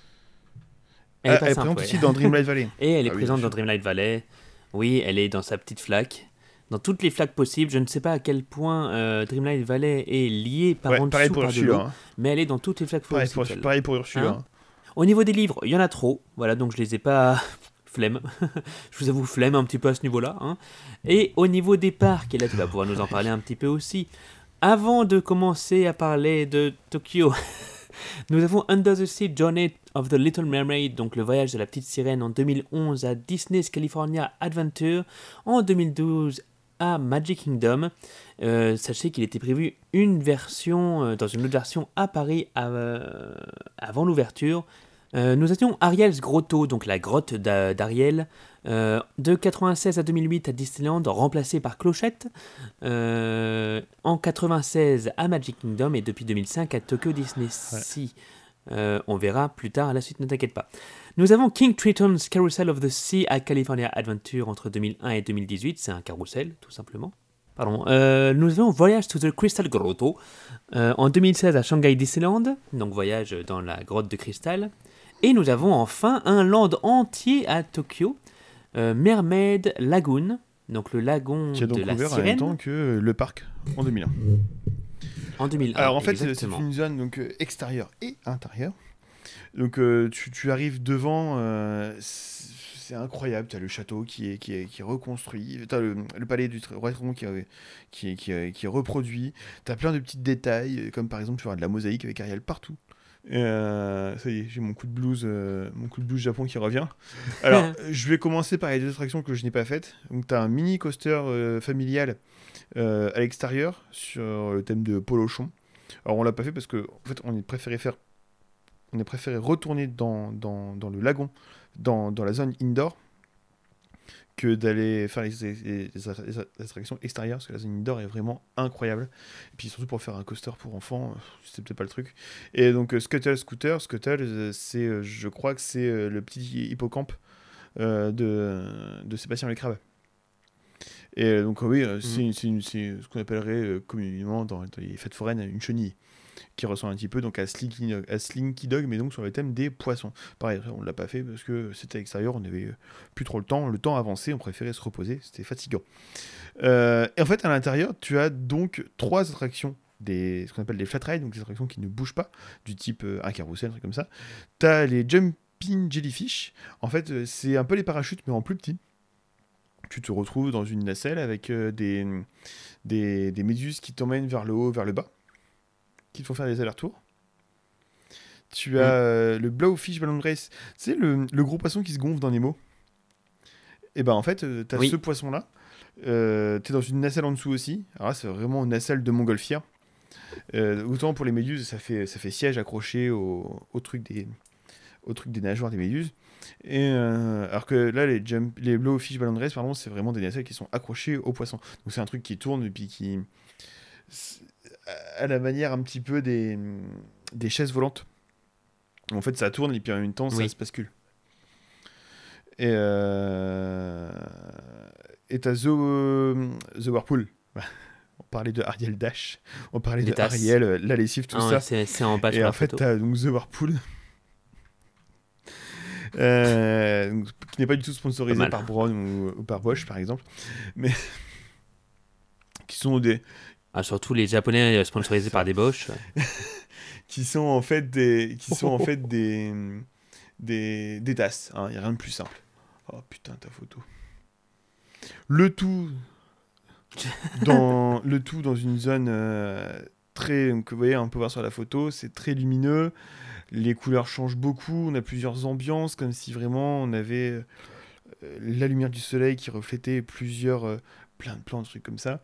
[SPEAKER 1] Elle est pas
[SPEAKER 2] Elle est
[SPEAKER 1] simple,
[SPEAKER 2] présente
[SPEAKER 1] ouais.
[SPEAKER 2] aussi dans Dreamlight Valley.
[SPEAKER 1] Et elle est
[SPEAKER 2] Ah oui,
[SPEAKER 1] présente
[SPEAKER 2] bien
[SPEAKER 1] dans
[SPEAKER 2] sûr.
[SPEAKER 1] Dreamlight Valley. Oui, elle est dans sa petite flaque. Dans toutes les flaques possibles. Je ne sais pas à quel point Dreamlight Valley est liée par
[SPEAKER 2] Ouais,
[SPEAKER 1] en
[SPEAKER 2] pareil
[SPEAKER 1] dessous,
[SPEAKER 2] pour
[SPEAKER 1] par de
[SPEAKER 2] Ursula.
[SPEAKER 1] l'eau.
[SPEAKER 2] Hein.
[SPEAKER 1] Mais elle est dans toutes les flaques possibles. celle-là.
[SPEAKER 2] Pareil pour Ursula.
[SPEAKER 1] Hein
[SPEAKER 2] Hein.
[SPEAKER 1] Au niveau des livres, il y en a trop. Voilà, donc je les ai pas... Flemme. Je vous avoue, flemme un petit peu à ce niveau-là. Hein. Et au niveau des parcs, et là tu vas pouvoir nous en parler un petit peu aussi. Avant de commencer à parler de Tokyo, nous avons Under the Sea Journey of the Little Mermaid, donc le voyage de la petite sirène en 2011 à Disney's California Adventure, en 2012 à Magic Kingdom. Sachez qu'il était prévu une version, dans une autre version à Paris avant l'ouverture. Nous avions Ariel's Grotto, donc la grotte d'Ariel, de 96 à 2008 à Disneyland, remplacée par Clochette, en 96 à Magic Kingdom et depuis 2005 à Tokyo Disney Sea. On verra plus tard à la suite, ne t'inquiète pas. Nous avons King Triton's Carousel of the Sea à California Adventure entre 2001 et 2018, c'est un carrousel tout simplement. Pardon. Nous avons Voyage to the Crystal Grotto en 2016 à Shanghai Disneyland, donc voyage dans la grotte de cristal. Et nous avons enfin un land entier à Tokyo, Mermaid Lagoon, donc le lagon
[SPEAKER 2] Qui a donc
[SPEAKER 1] de la
[SPEAKER 2] ouvert en même temps
[SPEAKER 1] sirène,
[SPEAKER 2] que le parc en 2001.
[SPEAKER 1] en 2001.
[SPEAKER 2] Alors en fait, c'est
[SPEAKER 1] exactement.
[SPEAKER 2] une zone donc, extérieure et intérieure. Donc tu arrives devant, c'est incroyable. Tu as le château qui est reconstruit. Tu as le palais du roi dragon qui est reproduit. Tu as plein de petits détails, comme par exemple tu vois de la mosaïque avec Ariel partout. Ça y est, j'ai mon coup de blues Japon qui revient. Alors, je vais commencer par les deux attractions que je n'ai pas faites. Donc, tu as un mini coaster familial à l'extérieur sur le thème de Polochon. Alors, on l'a pas fait parce que en fait, on a préféré retourner dans le lagon, dans la zone indoor, que d'aller faire les attractions extérieures, parce que la zone indoor est vraiment incroyable. Et puis surtout pour faire un coaster pour enfants, c'est peut-être pas le truc. Et donc Scuttle Scooter, c'est, je crois que c'est le petit hippocampe de Sébastien Le Crabe. Et donc oui, c'est ce qu'on appellerait communément dans les fêtes foraines une chenille, qui ressemble un petit peu donc à Slinky Dog, mais donc sur le thème des poissons. Pareil, on ne l'a pas fait parce que c'était à l'extérieur, on n'avait plus trop le temps avançait, on préférait se reposer, c'était fatigant. Et en fait, à l'intérieur, tu as donc 3 attractions, ce qu'on appelle des flat rides, donc des attractions qui ne bougent pas, du type un carrousel, un truc comme ça. Tu as les Jumping Jellyfish, en fait, c'est un peu les parachutes, mais en plus petit. Tu te retrouves dans une nacelle avec des méduses qui t'emmènent vers le haut, vers le bas, qui te font faire des allers-retours. Tu as le Blowfish Balloon Race, c'est le gros poisson qui se gonfle dans Nemo. Et ben en fait, tu as ce poisson-là. Tu es dans une nacelle en dessous aussi. Alors là, c'est vraiment une nacelle de montgolfière. Autant pour les méduses, ça fait siège accroché au truc des nageoires des méduses. Et alors que là, les Blowfish Balloon Race, pardon, c'est vraiment des nacelles qui sont accrochées au poisson. Donc c'est un truc qui tourne et puis qui, à la manière un petit peu des chaises volantes. En fait, ça tourne et puis en même temps, ça se bascule. Et t'as The Whirlpool. On parlait de Ariel Dash, on parlait de Ariel, la lessive, tout ça.
[SPEAKER 1] C'est en bas sur
[SPEAKER 2] et
[SPEAKER 1] la
[SPEAKER 2] en fait,
[SPEAKER 1] photo.
[SPEAKER 2] t'as donc The Whirlpool. Qui n'est pas du tout sponsorisé par Braun ou par Bosch, par exemple. Mais qui sont des...
[SPEAKER 1] surtout les Japonais sponsorisés par des Bosch.
[SPEAKER 2] qui sont en fait des tasses. Il n'y a rien de plus simple. Oh putain, ta photo. Le tout dans une zone très... Donc, vous voyez, on peut voir sur la photo, c'est très lumineux. Les couleurs changent beaucoup. On a plusieurs ambiances, comme si vraiment on avait la lumière du soleil qui reflétait plein de plans, de trucs comme ça.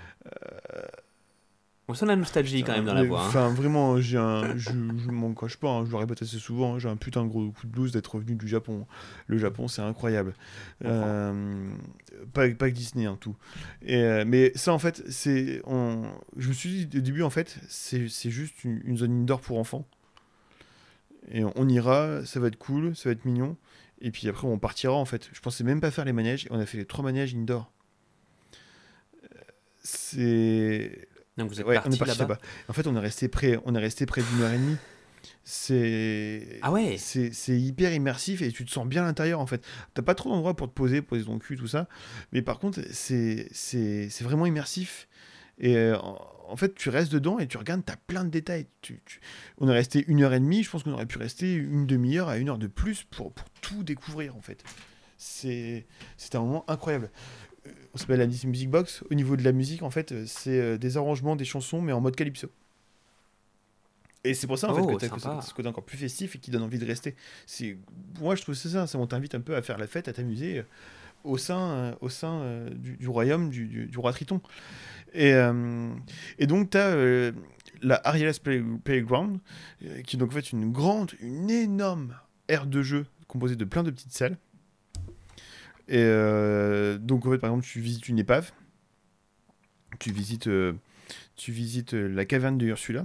[SPEAKER 1] On sent la nostalgie quand même dans la voix.
[SPEAKER 2] Enfin, vraiment, je m'en cache pas, je le répète assez souvent, j'ai un putain de gros coup de blues d'être revenu du Japon. Le Japon, c'est incroyable. Pas que Disney, tout. Mais ça, en fait, je me suis dit au début, en fait, c'est juste une zone indoor pour enfants. Et on ira, ça va être cool, ça va être mignon. Et puis après, on partira, en fait. Je pensais même pas faire les manèges, et on a fait les 3 manèges indoor. c'est...
[SPEAKER 1] Donc vous êtes
[SPEAKER 2] Ouais, on est
[SPEAKER 1] parti
[SPEAKER 2] parti
[SPEAKER 1] là-bas.
[SPEAKER 2] là-bas. En fait, on est resté près d'une heure et demie.
[SPEAKER 1] Ah ouais.
[SPEAKER 2] C'est hyper immersif et tu te sens bien à l'intérieur en fait. T'as pas trop d'endroit pour te poser ton cul, tout ça. Mais par contre, c'est vraiment immersif. Et en fait, tu restes dedans et tu regardes, t'as plein de détails. On est resté 1 heure et demie, je pense qu'on aurait pu rester une demi-heure à 1 heure de plus pour tout découvrir en fait. C'était un moment incroyable. On s'appelle la Disney Music Box. Au niveau de la musique, en fait, c'est des arrangements des chansons, mais en mode calypso. Et c'est pour ça en fait, que tu as ce côté encore plus festif et qui donne envie de rester. Moi, je trouve que c'est ça. On t'invite un peu à faire la fête, à t'amuser au sein du royaume du roi Triton. Et donc, tu as la Ariel's Playground, qui est donc en fait une énorme aire de jeu composée de plein de petites salles. Et donc, en fait, par exemple, tu visites une épave, tu visites la caverne de Ursula,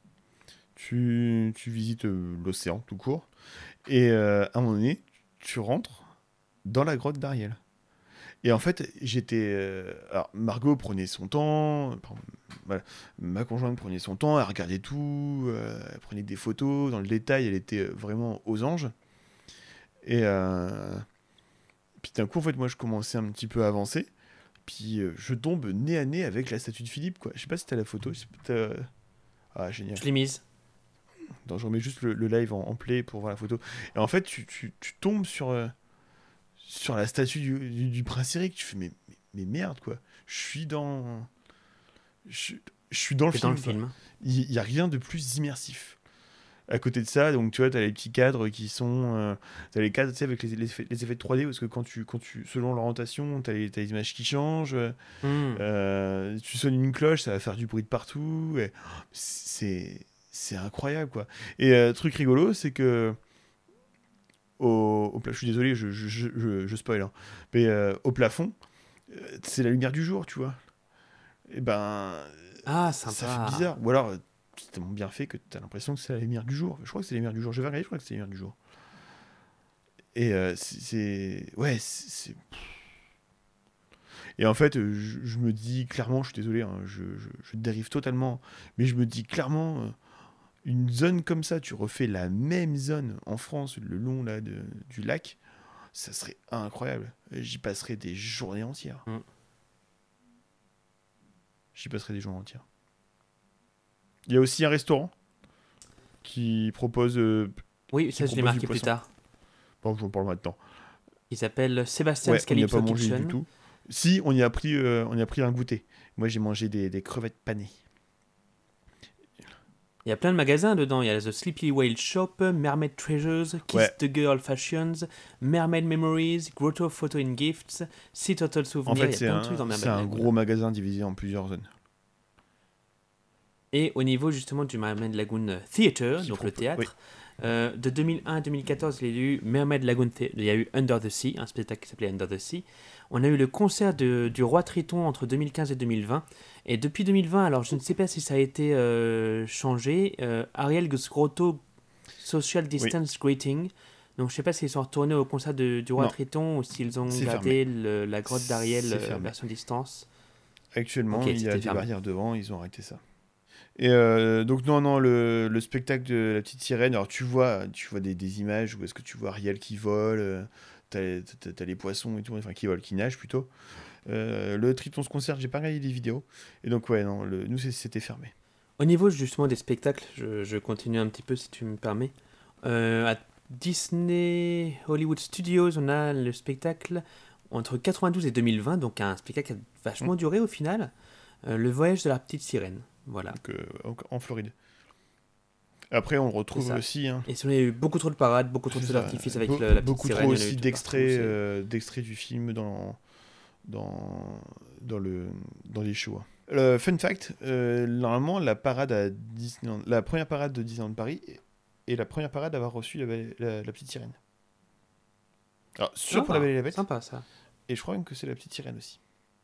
[SPEAKER 2] tu visites l'océan tout court, et à un moment donné, tu rentres dans la grotte d'Ariel. Et en fait, alors, Margot prenait son temps, voilà, ma conjointe prenait son temps, elle regardait tout, elle prenait des photos, dans le détail, elle était vraiment aux anges. Et puis d'un coup, en fait, moi, je commençais un petit peu à avancer, puis je tombe nez à nez avec la statue de Philippe, quoi. Je sais pas si t'as la photo. Ah, génial.
[SPEAKER 1] Je l'ai mise.
[SPEAKER 2] Donc, je remets juste le live en play pour voir la photo. Et en fait, tu tombes sur la statue du prince Eric. Tu fais, mais merde, quoi. Je suis dans le film.
[SPEAKER 1] Dans le film.
[SPEAKER 2] Il y a rien de plus immersif. À côté de ça, donc tu vois, t'as les petits cadres qui sont... t'as les cadres, tu sais, avec les effets de 3D, parce que quand tu selon l'orientation, t'as les images qui changent. Tu sonnes une cloche, ça va faire du bruit de partout. Et c'est incroyable, quoi. Et truc rigolo, c'est que... je suis désolé, je spoil, hein. Mais au plafond, c'est la lumière du jour, tu vois. Et ben...
[SPEAKER 1] Ah,
[SPEAKER 2] ça
[SPEAKER 1] sympa.
[SPEAKER 2] fait bizarre. Ou alors... c'est tellement bien fait que tu as l'impression que c'est la lumière du jour. Je crois que c'est la lumière du jour. Je vais regarder, je crois que c'est la lumière du jour. Et ouais, c'est... Et en fait, je me dis clairement, je suis désolé, hein, je dérive totalement, mais je me dis clairement, une zone comme ça, tu refais la même zone en France, le long là, du lac, ça serait incroyable. J'y passerais des journées entières. J'y passerais des journées entières. Il y a aussi un restaurant qui propose...
[SPEAKER 1] oui, ça je l'ai marqué plus tard.
[SPEAKER 2] Bon, je vous en parle maintenant.
[SPEAKER 1] Il s'appelle Sébastien Calypso
[SPEAKER 2] on n'y a pas mangé
[SPEAKER 1] Kitchen.
[SPEAKER 2] du tout. Si, on y a pris un goûter. Moi, j'ai mangé des crevettes panées.
[SPEAKER 1] Il y a plein de magasins dedans. Il y a The Sleepy Whale Shop, Mermaid Treasures, Kiss the Girl Fashions, Mermaid Memories, Grotto Photo and Gifts, Sea Turtle Souvenir.
[SPEAKER 2] En fait,
[SPEAKER 1] il y a plein de trucs dans Mermaid
[SPEAKER 2] c'est un
[SPEAKER 1] Lagoon.
[SPEAKER 2] gros magasin divisé en plusieurs zones.
[SPEAKER 1] Et au niveau justement du Mermaid Lagoon Theatre, donc le théâtre, de 2001 à 2014, il y a eu Mermaid Lagoon Theatre, il y a eu Under the Sea, un spectacle qui s'appelait Under the Sea. On a eu le concert du Roi Triton entre 2015 et 2020. Et depuis 2020, alors je ne sais pas si ça a été changé, Ariel Grotto Social Distance Greeting. Donc je ne sais pas s'ils sont retournés au concert du Roi Triton ou s'ils ont gardé la grotte d'Ariel version distance.
[SPEAKER 2] Actuellement, il y a des barrières devant, ils ont arrêté ça. Et donc non, le spectacle de la petite sirène, alors tu vois des images où est-ce que tu vois Ariel qui vole, t'as les poissons et tout, enfin qui volent, qui nagent plutôt. Le Triton se concert, j'ai pas regardé les vidéos. Et donc ouais, non, nous c'était fermé.
[SPEAKER 1] Au niveau justement des spectacles, je continue un petit peu si tu me permets. À Disney Hollywood Studios, on a le spectacle entre 92 et 2020, donc un spectacle qui a vachement duré au final. Le voyage de la petite sirène. Voilà.
[SPEAKER 2] Donc, en Floride. Après, on le retrouve aussi. Hein.
[SPEAKER 1] Et sinon, il y a eu beaucoup trop de parades, beaucoup trop de feux d'artifice avec la petite sirène.
[SPEAKER 2] Beaucoup trop aussi d'extraits du film dans les shows. Fun fact, normalement, la première parade de Disneyland Paris est la première parade à avoir reçu la petite sirène. Alors, pour la Belle et la Bête.
[SPEAKER 1] Sympa, ça.
[SPEAKER 2] Et je crois même que c'est la petite sirène aussi.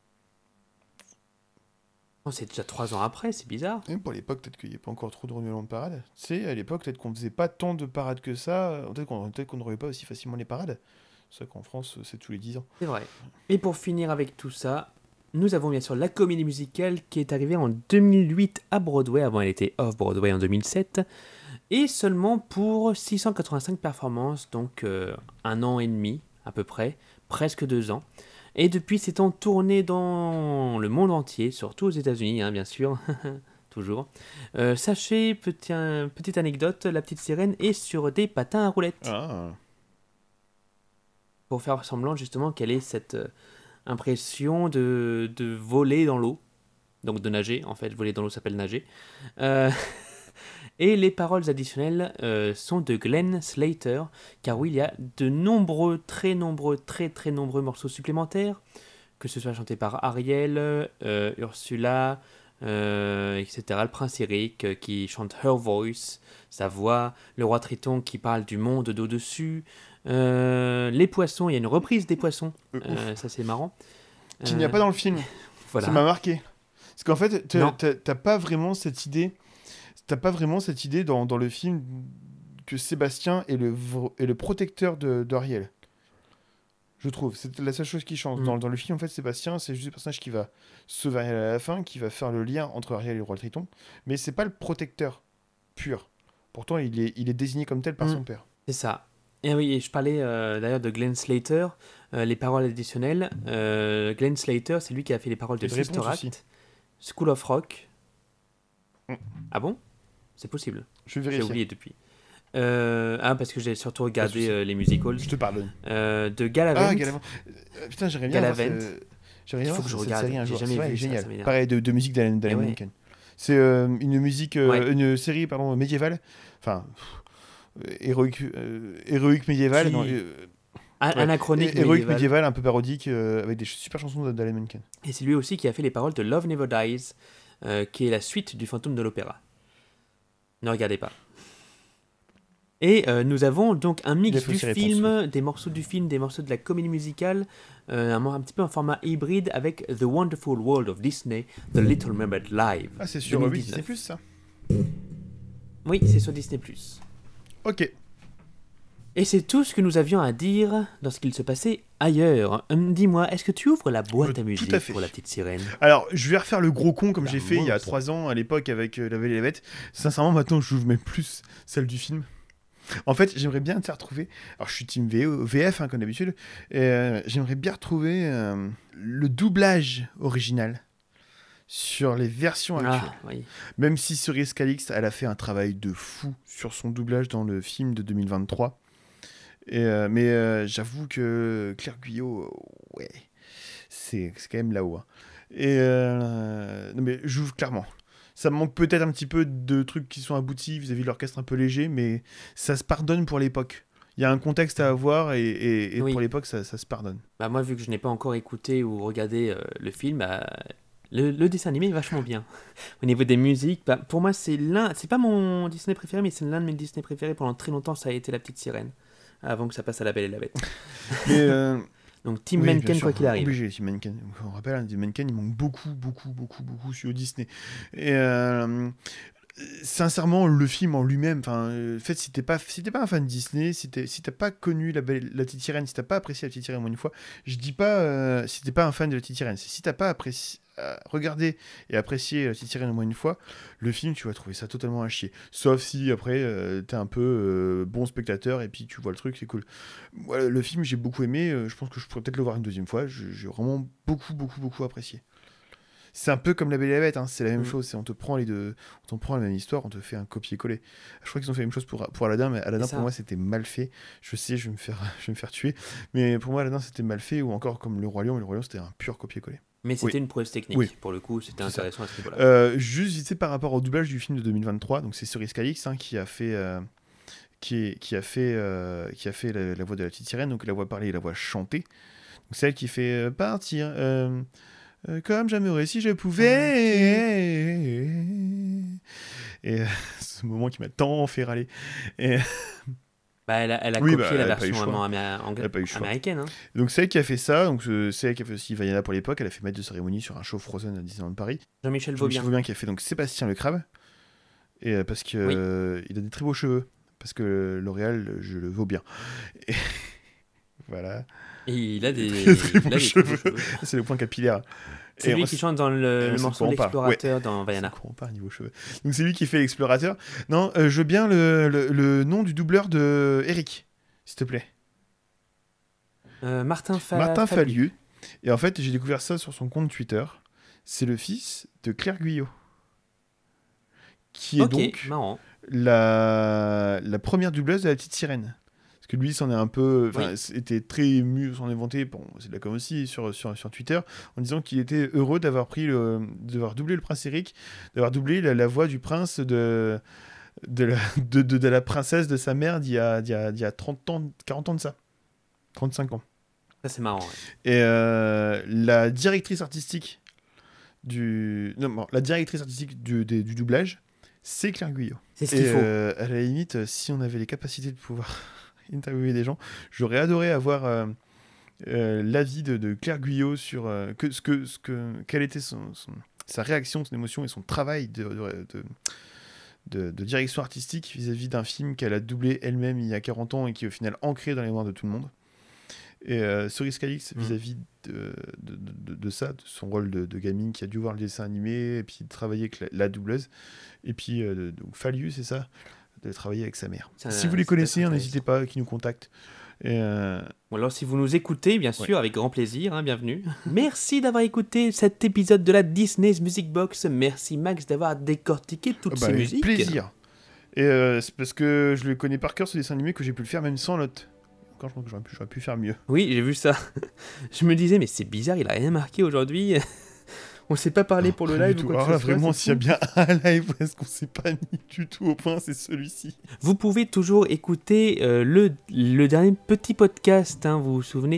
[SPEAKER 1] Oh, c'est déjà 3 ans après, c'est bizarre.
[SPEAKER 2] Même pour l'époque, peut-être qu'il n'y a pas encore trop de renouvellement de parades. Tu sais, à l'époque, peut-être qu'on ne faisait pas tant de parades que ça. Peut-être qu'on ne revoyait pas aussi facilement les parades. C'est vrai qu'en France, c'est tous les 10 ans.
[SPEAKER 1] C'est vrai. Et pour finir avec tout ça, nous avons bien sûr la comédie musicale qui est arrivée en 2008 à Broadway, avant elle était off-Broadway en 2007, et seulement pour 685 performances, donc 1 an et demi à peu près, presque 2 ans. Et depuis, c'est en tournée dans le monde entier, surtout aux États-Unis, hein, bien sûr, toujours. Sachez, petite anecdote, la petite sirène est sur des patins à roulettes.
[SPEAKER 2] Ah.
[SPEAKER 1] Pour faire semblant justement qu'elle ait cette impression de voler dans l'eau. Donc de nager, en fait, voler dans l'eau s'appelle nager. Et les paroles additionnelles sont de Glenn Slater, car oui, il y a de nombreux, très nombreux morceaux supplémentaires, que ce soit chanté par Ariel, Ursula, etc. Le prince Eric qui chante Her Voice, sa voix, le roi Triton qui parle du monde d'au-dessus, les poissons, il y a une reprise des poissons, ça c'est marrant.
[SPEAKER 2] Qu'il n'y a pas dans le film.
[SPEAKER 1] Voilà.
[SPEAKER 2] Ça m'a marqué. Parce qu'en fait,
[SPEAKER 1] Non.
[SPEAKER 2] t'as pas vraiment cette idée. T'as pas vraiment cette idée dans le film que Sébastien est le protecteur d'Ariel. Je trouve. C'est la seule chose qui change. Dans le film, en fait, Sébastien, c'est juste le personnage qui va sauver Ariel à la fin, qui va faire le lien entre Ariel et le roi Triton. Mais c'est pas le protecteur pur. Pourtant, il est désigné comme tel par son père.
[SPEAKER 1] C'est ça. Et oui, et je parlais d'ailleurs de Glenn Slater, les paroles additionnelles. Glenn Slater, c'est lui qui a fait les paroles de
[SPEAKER 2] Et de
[SPEAKER 1] Sister
[SPEAKER 2] réponse
[SPEAKER 1] Act,
[SPEAKER 2] aussi.
[SPEAKER 1] School of Rock. Ah bon? C'est possible.
[SPEAKER 2] Je vais
[SPEAKER 1] J'ai
[SPEAKER 2] vérifier.
[SPEAKER 1] oublié depuis. Parce que j'ai surtout regardé
[SPEAKER 2] Pas de souci.
[SPEAKER 1] les musicals.
[SPEAKER 2] Je te pardonne.
[SPEAKER 1] De Galavant.
[SPEAKER 2] Ah, Galavant. Putain, j'aimerais bien voir
[SPEAKER 1] Galavant.
[SPEAKER 2] j'aimerais
[SPEAKER 1] Il
[SPEAKER 2] bien
[SPEAKER 1] faut
[SPEAKER 2] voir
[SPEAKER 1] que je
[SPEAKER 2] cette
[SPEAKER 1] regarde.
[SPEAKER 2] série un
[SPEAKER 1] J'ai
[SPEAKER 2] jour.
[SPEAKER 1] jamais
[SPEAKER 2] C'est vrai,
[SPEAKER 1] vu
[SPEAKER 2] elle est
[SPEAKER 1] ça,
[SPEAKER 2] géniale.
[SPEAKER 1] ça m'énerve.
[SPEAKER 2] Pareil, de musique d'Alan
[SPEAKER 1] Eh ouais.
[SPEAKER 2] Menken. C'est une musique,
[SPEAKER 1] Ouais.
[SPEAKER 2] une série médiévale. Enfin, héroïque médiévale.
[SPEAKER 1] Qui-
[SPEAKER 2] Non,
[SPEAKER 1] Anachronique
[SPEAKER 2] héroïque
[SPEAKER 1] médiéval.
[SPEAKER 2] médiévale, un peu parodique, avec des super chansons d'Alan Menken.
[SPEAKER 1] Et c'est lui aussi qui a fait les paroles de Love Never Dies, qui est la suite du Fantôme de l'Opéra. Ne regardez pas. Et nous avons donc un
[SPEAKER 2] Il a
[SPEAKER 1] mix
[SPEAKER 2] fait
[SPEAKER 1] du
[SPEAKER 2] aussi
[SPEAKER 1] film,
[SPEAKER 2] réponse,
[SPEAKER 1] des morceaux du film, des morceaux de la comédie musicale, un petit peu en format hybride avec The Wonderful World of Disney, The Little Mermaid Live.
[SPEAKER 2] Ah, c'est sur
[SPEAKER 1] 2019.
[SPEAKER 2] Disney Plus, ça.
[SPEAKER 1] Oui, c'est sur Disney+.
[SPEAKER 2] Ok.
[SPEAKER 1] Et c'est tout ce que nous avions à dire lorsqu'il se passait ailleurs. Dis-moi, est-ce que tu ouvres la boîte à
[SPEAKER 2] Tout
[SPEAKER 1] musique
[SPEAKER 2] à fait.
[SPEAKER 1] pour la petite sirène?
[SPEAKER 2] Alors, je vais refaire le gros con comme
[SPEAKER 1] Bah,
[SPEAKER 2] j'ai fait il y a
[SPEAKER 1] mince.
[SPEAKER 2] 3 ans à l'époque avec La Belle et la Bête. Sincèrement, maintenant, j'ouvre même plus celle du film. En fait, j'aimerais bien te retrouver. Alors, je suis team VF, comme d'habitude. J'aimerais bien retrouver le doublage original sur les versions actuelles.
[SPEAKER 1] Ah, oui.
[SPEAKER 2] Même si Cerise Calix, elle a fait un travail de fou sur son doublage dans le film de 2023. Mais j'avoue que Claire Guyot, ouais, c'est quand même là-haut. Hein. Non, mais j'ouvre clairement. Ça me manque peut-être un petit peu de trucs qui sont aboutis vis-à-vis de l'orchestre un peu léger, mais ça se pardonne pour l'époque. Il y a un contexte à avoir et
[SPEAKER 1] Oui.
[SPEAKER 2] pour l'époque, ça se pardonne.
[SPEAKER 1] Bah moi, vu que je n'ai pas encore écouté ou regardé le film, le dessin animé est vachement bien. Au niveau des musiques, bah, pour moi, c'est pas mon Disney préféré, mais c'est l'un de mes Disney préférés. Pendant très longtemps, ça a été La Petite Sirène, avant que ça passe à La Belle et la Bête.
[SPEAKER 2] Mais,
[SPEAKER 1] Donc Tim
[SPEAKER 2] oui, bien
[SPEAKER 1] Menken,
[SPEAKER 2] sûr,
[SPEAKER 1] quoi qu'il arrive.
[SPEAKER 2] Obligé, Tim Menken. On rappelle, Tim Menken, il manque beaucoup sur Disney. Et sincèrement, le film en lui-même, en fait, si t'es pas un fan de Disney, si t'as pas connu la Petite Sirène, si t'as pas apprécié La Petite Sirène au moins une fois, je dis pas si t'es pas un fan de La Petite Sirène, si t'as pas apprécié, regardé et apprécié La Petite Sirène au moins une fois, le film, tu vas trouver ça totalement à chier. Sauf si après, t'es un peu bon spectateur et puis tu vois le truc, c'est cool. Voilà, le film, j'ai beaucoup aimé, je pense que je pourrais peut-être le voir une deuxième fois, j'ai vraiment beaucoup apprécié. C'est un peu comme La Belle et la Bête, hein, c'est la même chose. On te prend les deux, on t'en prend la même histoire, on te fait un copier-coller. Je crois qu'ils ont fait la même chose pour Aladdin, mais Aladdin pour moi c'était mal fait. Je sais, je vais me faire tuer, mais pour moi Aladdin c'était mal fait, ou encore comme Le Roi Lion. Le Roi Lion c'était un pur copier-coller.
[SPEAKER 1] Mais c'était
[SPEAKER 2] Oui.
[SPEAKER 1] une prouesse technique.
[SPEAKER 2] Oui.
[SPEAKER 1] Pour le coup, c'était
[SPEAKER 2] C'est
[SPEAKER 1] intéressant à ce niveau-là.
[SPEAKER 2] Juste vite fait par rapport au doublage du film de 2023, donc c'est Cerise Calix qui a fait qui a fait la voix de la petite sirène, donc la voix parlée et la voix chantée. Donc c'est elle qui fait partir comme j'aimerais si je pouvais. Et ce moment qui m'a tant fait râler. Et
[SPEAKER 1] Bah, elle a
[SPEAKER 2] Oui,
[SPEAKER 1] copié
[SPEAKER 2] bah,
[SPEAKER 1] la
[SPEAKER 2] elle a pas eu
[SPEAKER 1] version
[SPEAKER 2] le choix.
[SPEAKER 1] vraiment
[SPEAKER 2] Elle a pas eu le choix.
[SPEAKER 1] américaine. Hein.
[SPEAKER 2] donc c'est elle qui a fait ça, donc c'est elle qui a fait aussi Vaiana pour l'époque, elle a fait maître de cérémonie sur un show Frozen à Disneyland Paris.
[SPEAKER 1] Jean-Michel
[SPEAKER 2] Jean-Michel
[SPEAKER 1] Vaubien.
[SPEAKER 2] Vaubien qui a fait donc Sébastien le crabe, et parce que il a des très beaux cheveux, parce que L'Oréal, je le vaux bien. Et Voilà.
[SPEAKER 1] Et il a des,
[SPEAKER 2] Très beaux
[SPEAKER 1] il a des
[SPEAKER 2] cheveux.
[SPEAKER 1] cheveux.
[SPEAKER 2] C'est le point capillaire.
[SPEAKER 1] C'est
[SPEAKER 2] Et
[SPEAKER 1] lui
[SPEAKER 2] on-
[SPEAKER 1] qui chante dans le
[SPEAKER 2] on sait
[SPEAKER 1] morceau
[SPEAKER 2] de quoi on parle.
[SPEAKER 1] L'Explorateur dans Vaiana.
[SPEAKER 2] C'est courant par niveau cheveux. Donc c'est lui qui fait l'explorateur. Non, je veux bien le nom du doubleur de Eric, s'il te plaît.
[SPEAKER 1] Martin
[SPEAKER 2] Martin Fallieu. Et en fait, j'ai découvert ça sur son compte Twitter. C'est le fils de Claire Guyot, qui est
[SPEAKER 1] Ok,
[SPEAKER 2] donc
[SPEAKER 1] marrant.
[SPEAKER 2] la première doubleuse de la petite sirène. Parce que lui, c'en est un peu. Enfin,
[SPEAKER 1] Oui.
[SPEAKER 2] était très ému, s'en est vanté. Bon, c'est de la com aussi sur Twitter, en disant qu'il était heureux d'avoir doublé le prince Eric, d'avoir doublé la voix du prince de la princesse de sa mère d'il y a 30 ans, 40 ans de ça. 35 ans.
[SPEAKER 1] Ça, c'est marrant. Ouais.
[SPEAKER 2] Et la directrice artistique du doublage, c'est Claire Guyot.
[SPEAKER 1] C'est ce
[SPEAKER 2] Et
[SPEAKER 1] qu'il faut.
[SPEAKER 2] à la limite, si on avait les capacités de pouvoir interviewer des gens, j'aurais adoré avoir l'avis de Claire Guyot sur quelle était sa réaction, son émotion et son travail de direction artistique vis-à-vis d'un film qu'elle a doublé elle-même il y a 40 ans et qui est au final ancré dans les mémoires de tout le monde. Et Cerise Calix vis-à-vis de ça, de son rôle de gamine qui a dû voir le dessin animé et puis de travailler avec la doubleuse. Et puis donc Fallu, c'est ça, de travailler avec sa mère.
[SPEAKER 1] Ça,
[SPEAKER 2] Si vous les
[SPEAKER 1] c'est
[SPEAKER 2] connaissez,
[SPEAKER 1] intéressant.
[SPEAKER 2] n'hésitez pas, qu'ils nous contactent. Et
[SPEAKER 1] Ou alors, si vous nous écoutez, bien sûr, avec grand plaisir, hein, bienvenue. Merci d'avoir écouté cet épisode de la Disney's Music Box. Merci, Max, d'avoir décortiqué toutes ces
[SPEAKER 2] avec
[SPEAKER 1] musiques.
[SPEAKER 2] plaisir. Et c'est parce que je le connais par cœur ce dessin animé que j'ai pu le faire même sans notes. Quand je pense que j'aurais pu faire mieux.
[SPEAKER 1] Oui, j'ai vu ça. Je me disais, mais c'est bizarre, il a rien marqué aujourd'hui. On s'est pas parlé pour le
[SPEAKER 2] Pas
[SPEAKER 1] live
[SPEAKER 2] du
[SPEAKER 1] ou
[SPEAKER 2] tout.
[SPEAKER 1] quoi que
[SPEAKER 2] Alors là,
[SPEAKER 1] ce soit,
[SPEAKER 2] vraiment,
[SPEAKER 1] c'est
[SPEAKER 2] s'il y a
[SPEAKER 1] fou.
[SPEAKER 2] bien un live où est-ce qu'on s'est pas mis du tout au point, c'est celui-ci.
[SPEAKER 1] Vous pouvez toujours écouter le dernier petit podcast, hein, vous vous souvenez,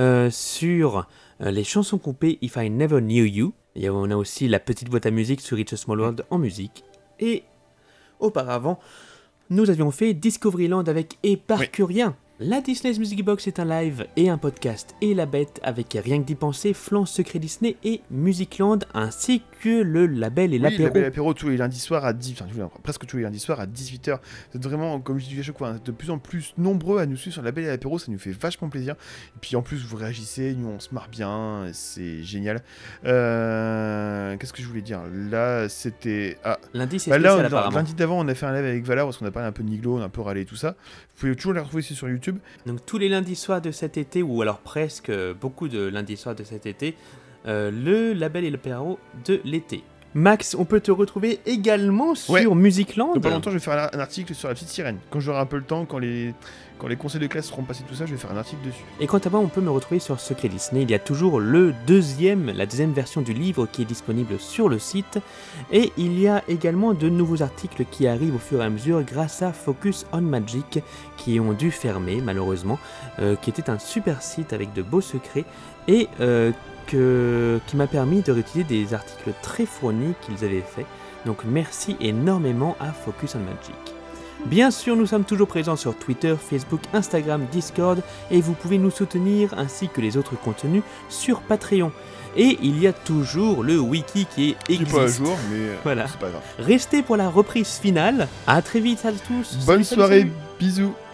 [SPEAKER 1] sur les chansons coupées If I Never Knew You. Et on a aussi la petite boîte à musique sur It's a Small World en musique. Et auparavant, nous avions fait Discoveryland avec Éparcurien. La Disney's Music Box est un live et un podcast et la bête avec Rien que d'y penser, Flan Secret Disney et Musicland ainsi que le label et
[SPEAKER 2] Oui,
[SPEAKER 1] l'apéro.
[SPEAKER 2] Label Apéro tous les lundis soirs à 10, presque tous les lundis soirs à 18h. C'est vraiment, comme je dis à chaque fois, de plus en plus nombreux à nous suivre sur Label et Apéro, ça nous fait vachement plaisir. Et puis en plus, vous réagissez, nous on se marre bien, c'est génial. Qu'est-ce que je voulais dire? Là, c'était...
[SPEAKER 1] Lundi c'est
[SPEAKER 2] Bah là,
[SPEAKER 1] spécial apparemment.
[SPEAKER 2] lundi d'avant, on a fait un live avec Valar parce qu'on a parlé un peu de Niglo, on a un peu râlé et tout ça. Vous pouvez toujours les retrouver ici sur YouTube.
[SPEAKER 1] Donc tous les lundis soirs de cet été, ou alors presque beaucoup de lundis soirs de cet été, le label et l'apéro de l'été. Max, on peut te retrouver également sur
[SPEAKER 2] Ouais.
[SPEAKER 1] Musicland.
[SPEAKER 2] Dans pas longtemps, je vais faire un article sur la petite sirène. Quand j'aurai un peu le temps, quand les conseils de classe seront passés tout ça, je vais faire un article dessus.
[SPEAKER 1] Et quant à moi, on peut me retrouver sur Secret Disney. Il y a toujours la deuxième version du livre qui est disponible sur le site. Et il y a également de nouveaux articles qui arrivent au fur et à mesure grâce à Focus on Magic, qui ont dû fermer malheureusement, qui était un super site avec de beaux secrets et qui m'a permis de réutiliser des articles très fournis qu'ils avaient faits. Donc merci énormément à Focus on Magic. Bien sûr, nous sommes toujours présents sur Twitter, Facebook, Instagram, Discord et vous pouvez nous soutenir ainsi que les autres contenus sur Patreon. Et il y a toujours le wiki qui
[SPEAKER 2] Qui est
[SPEAKER 1] existe.
[SPEAKER 2] pas à jour, mais
[SPEAKER 1] Voilà.
[SPEAKER 2] c'est pas grave.
[SPEAKER 1] Restez pour la reprise finale. À très vite à tous.
[SPEAKER 2] Bonne
[SPEAKER 1] Salut, salut,
[SPEAKER 2] soirée,
[SPEAKER 1] salut.
[SPEAKER 2] bisous.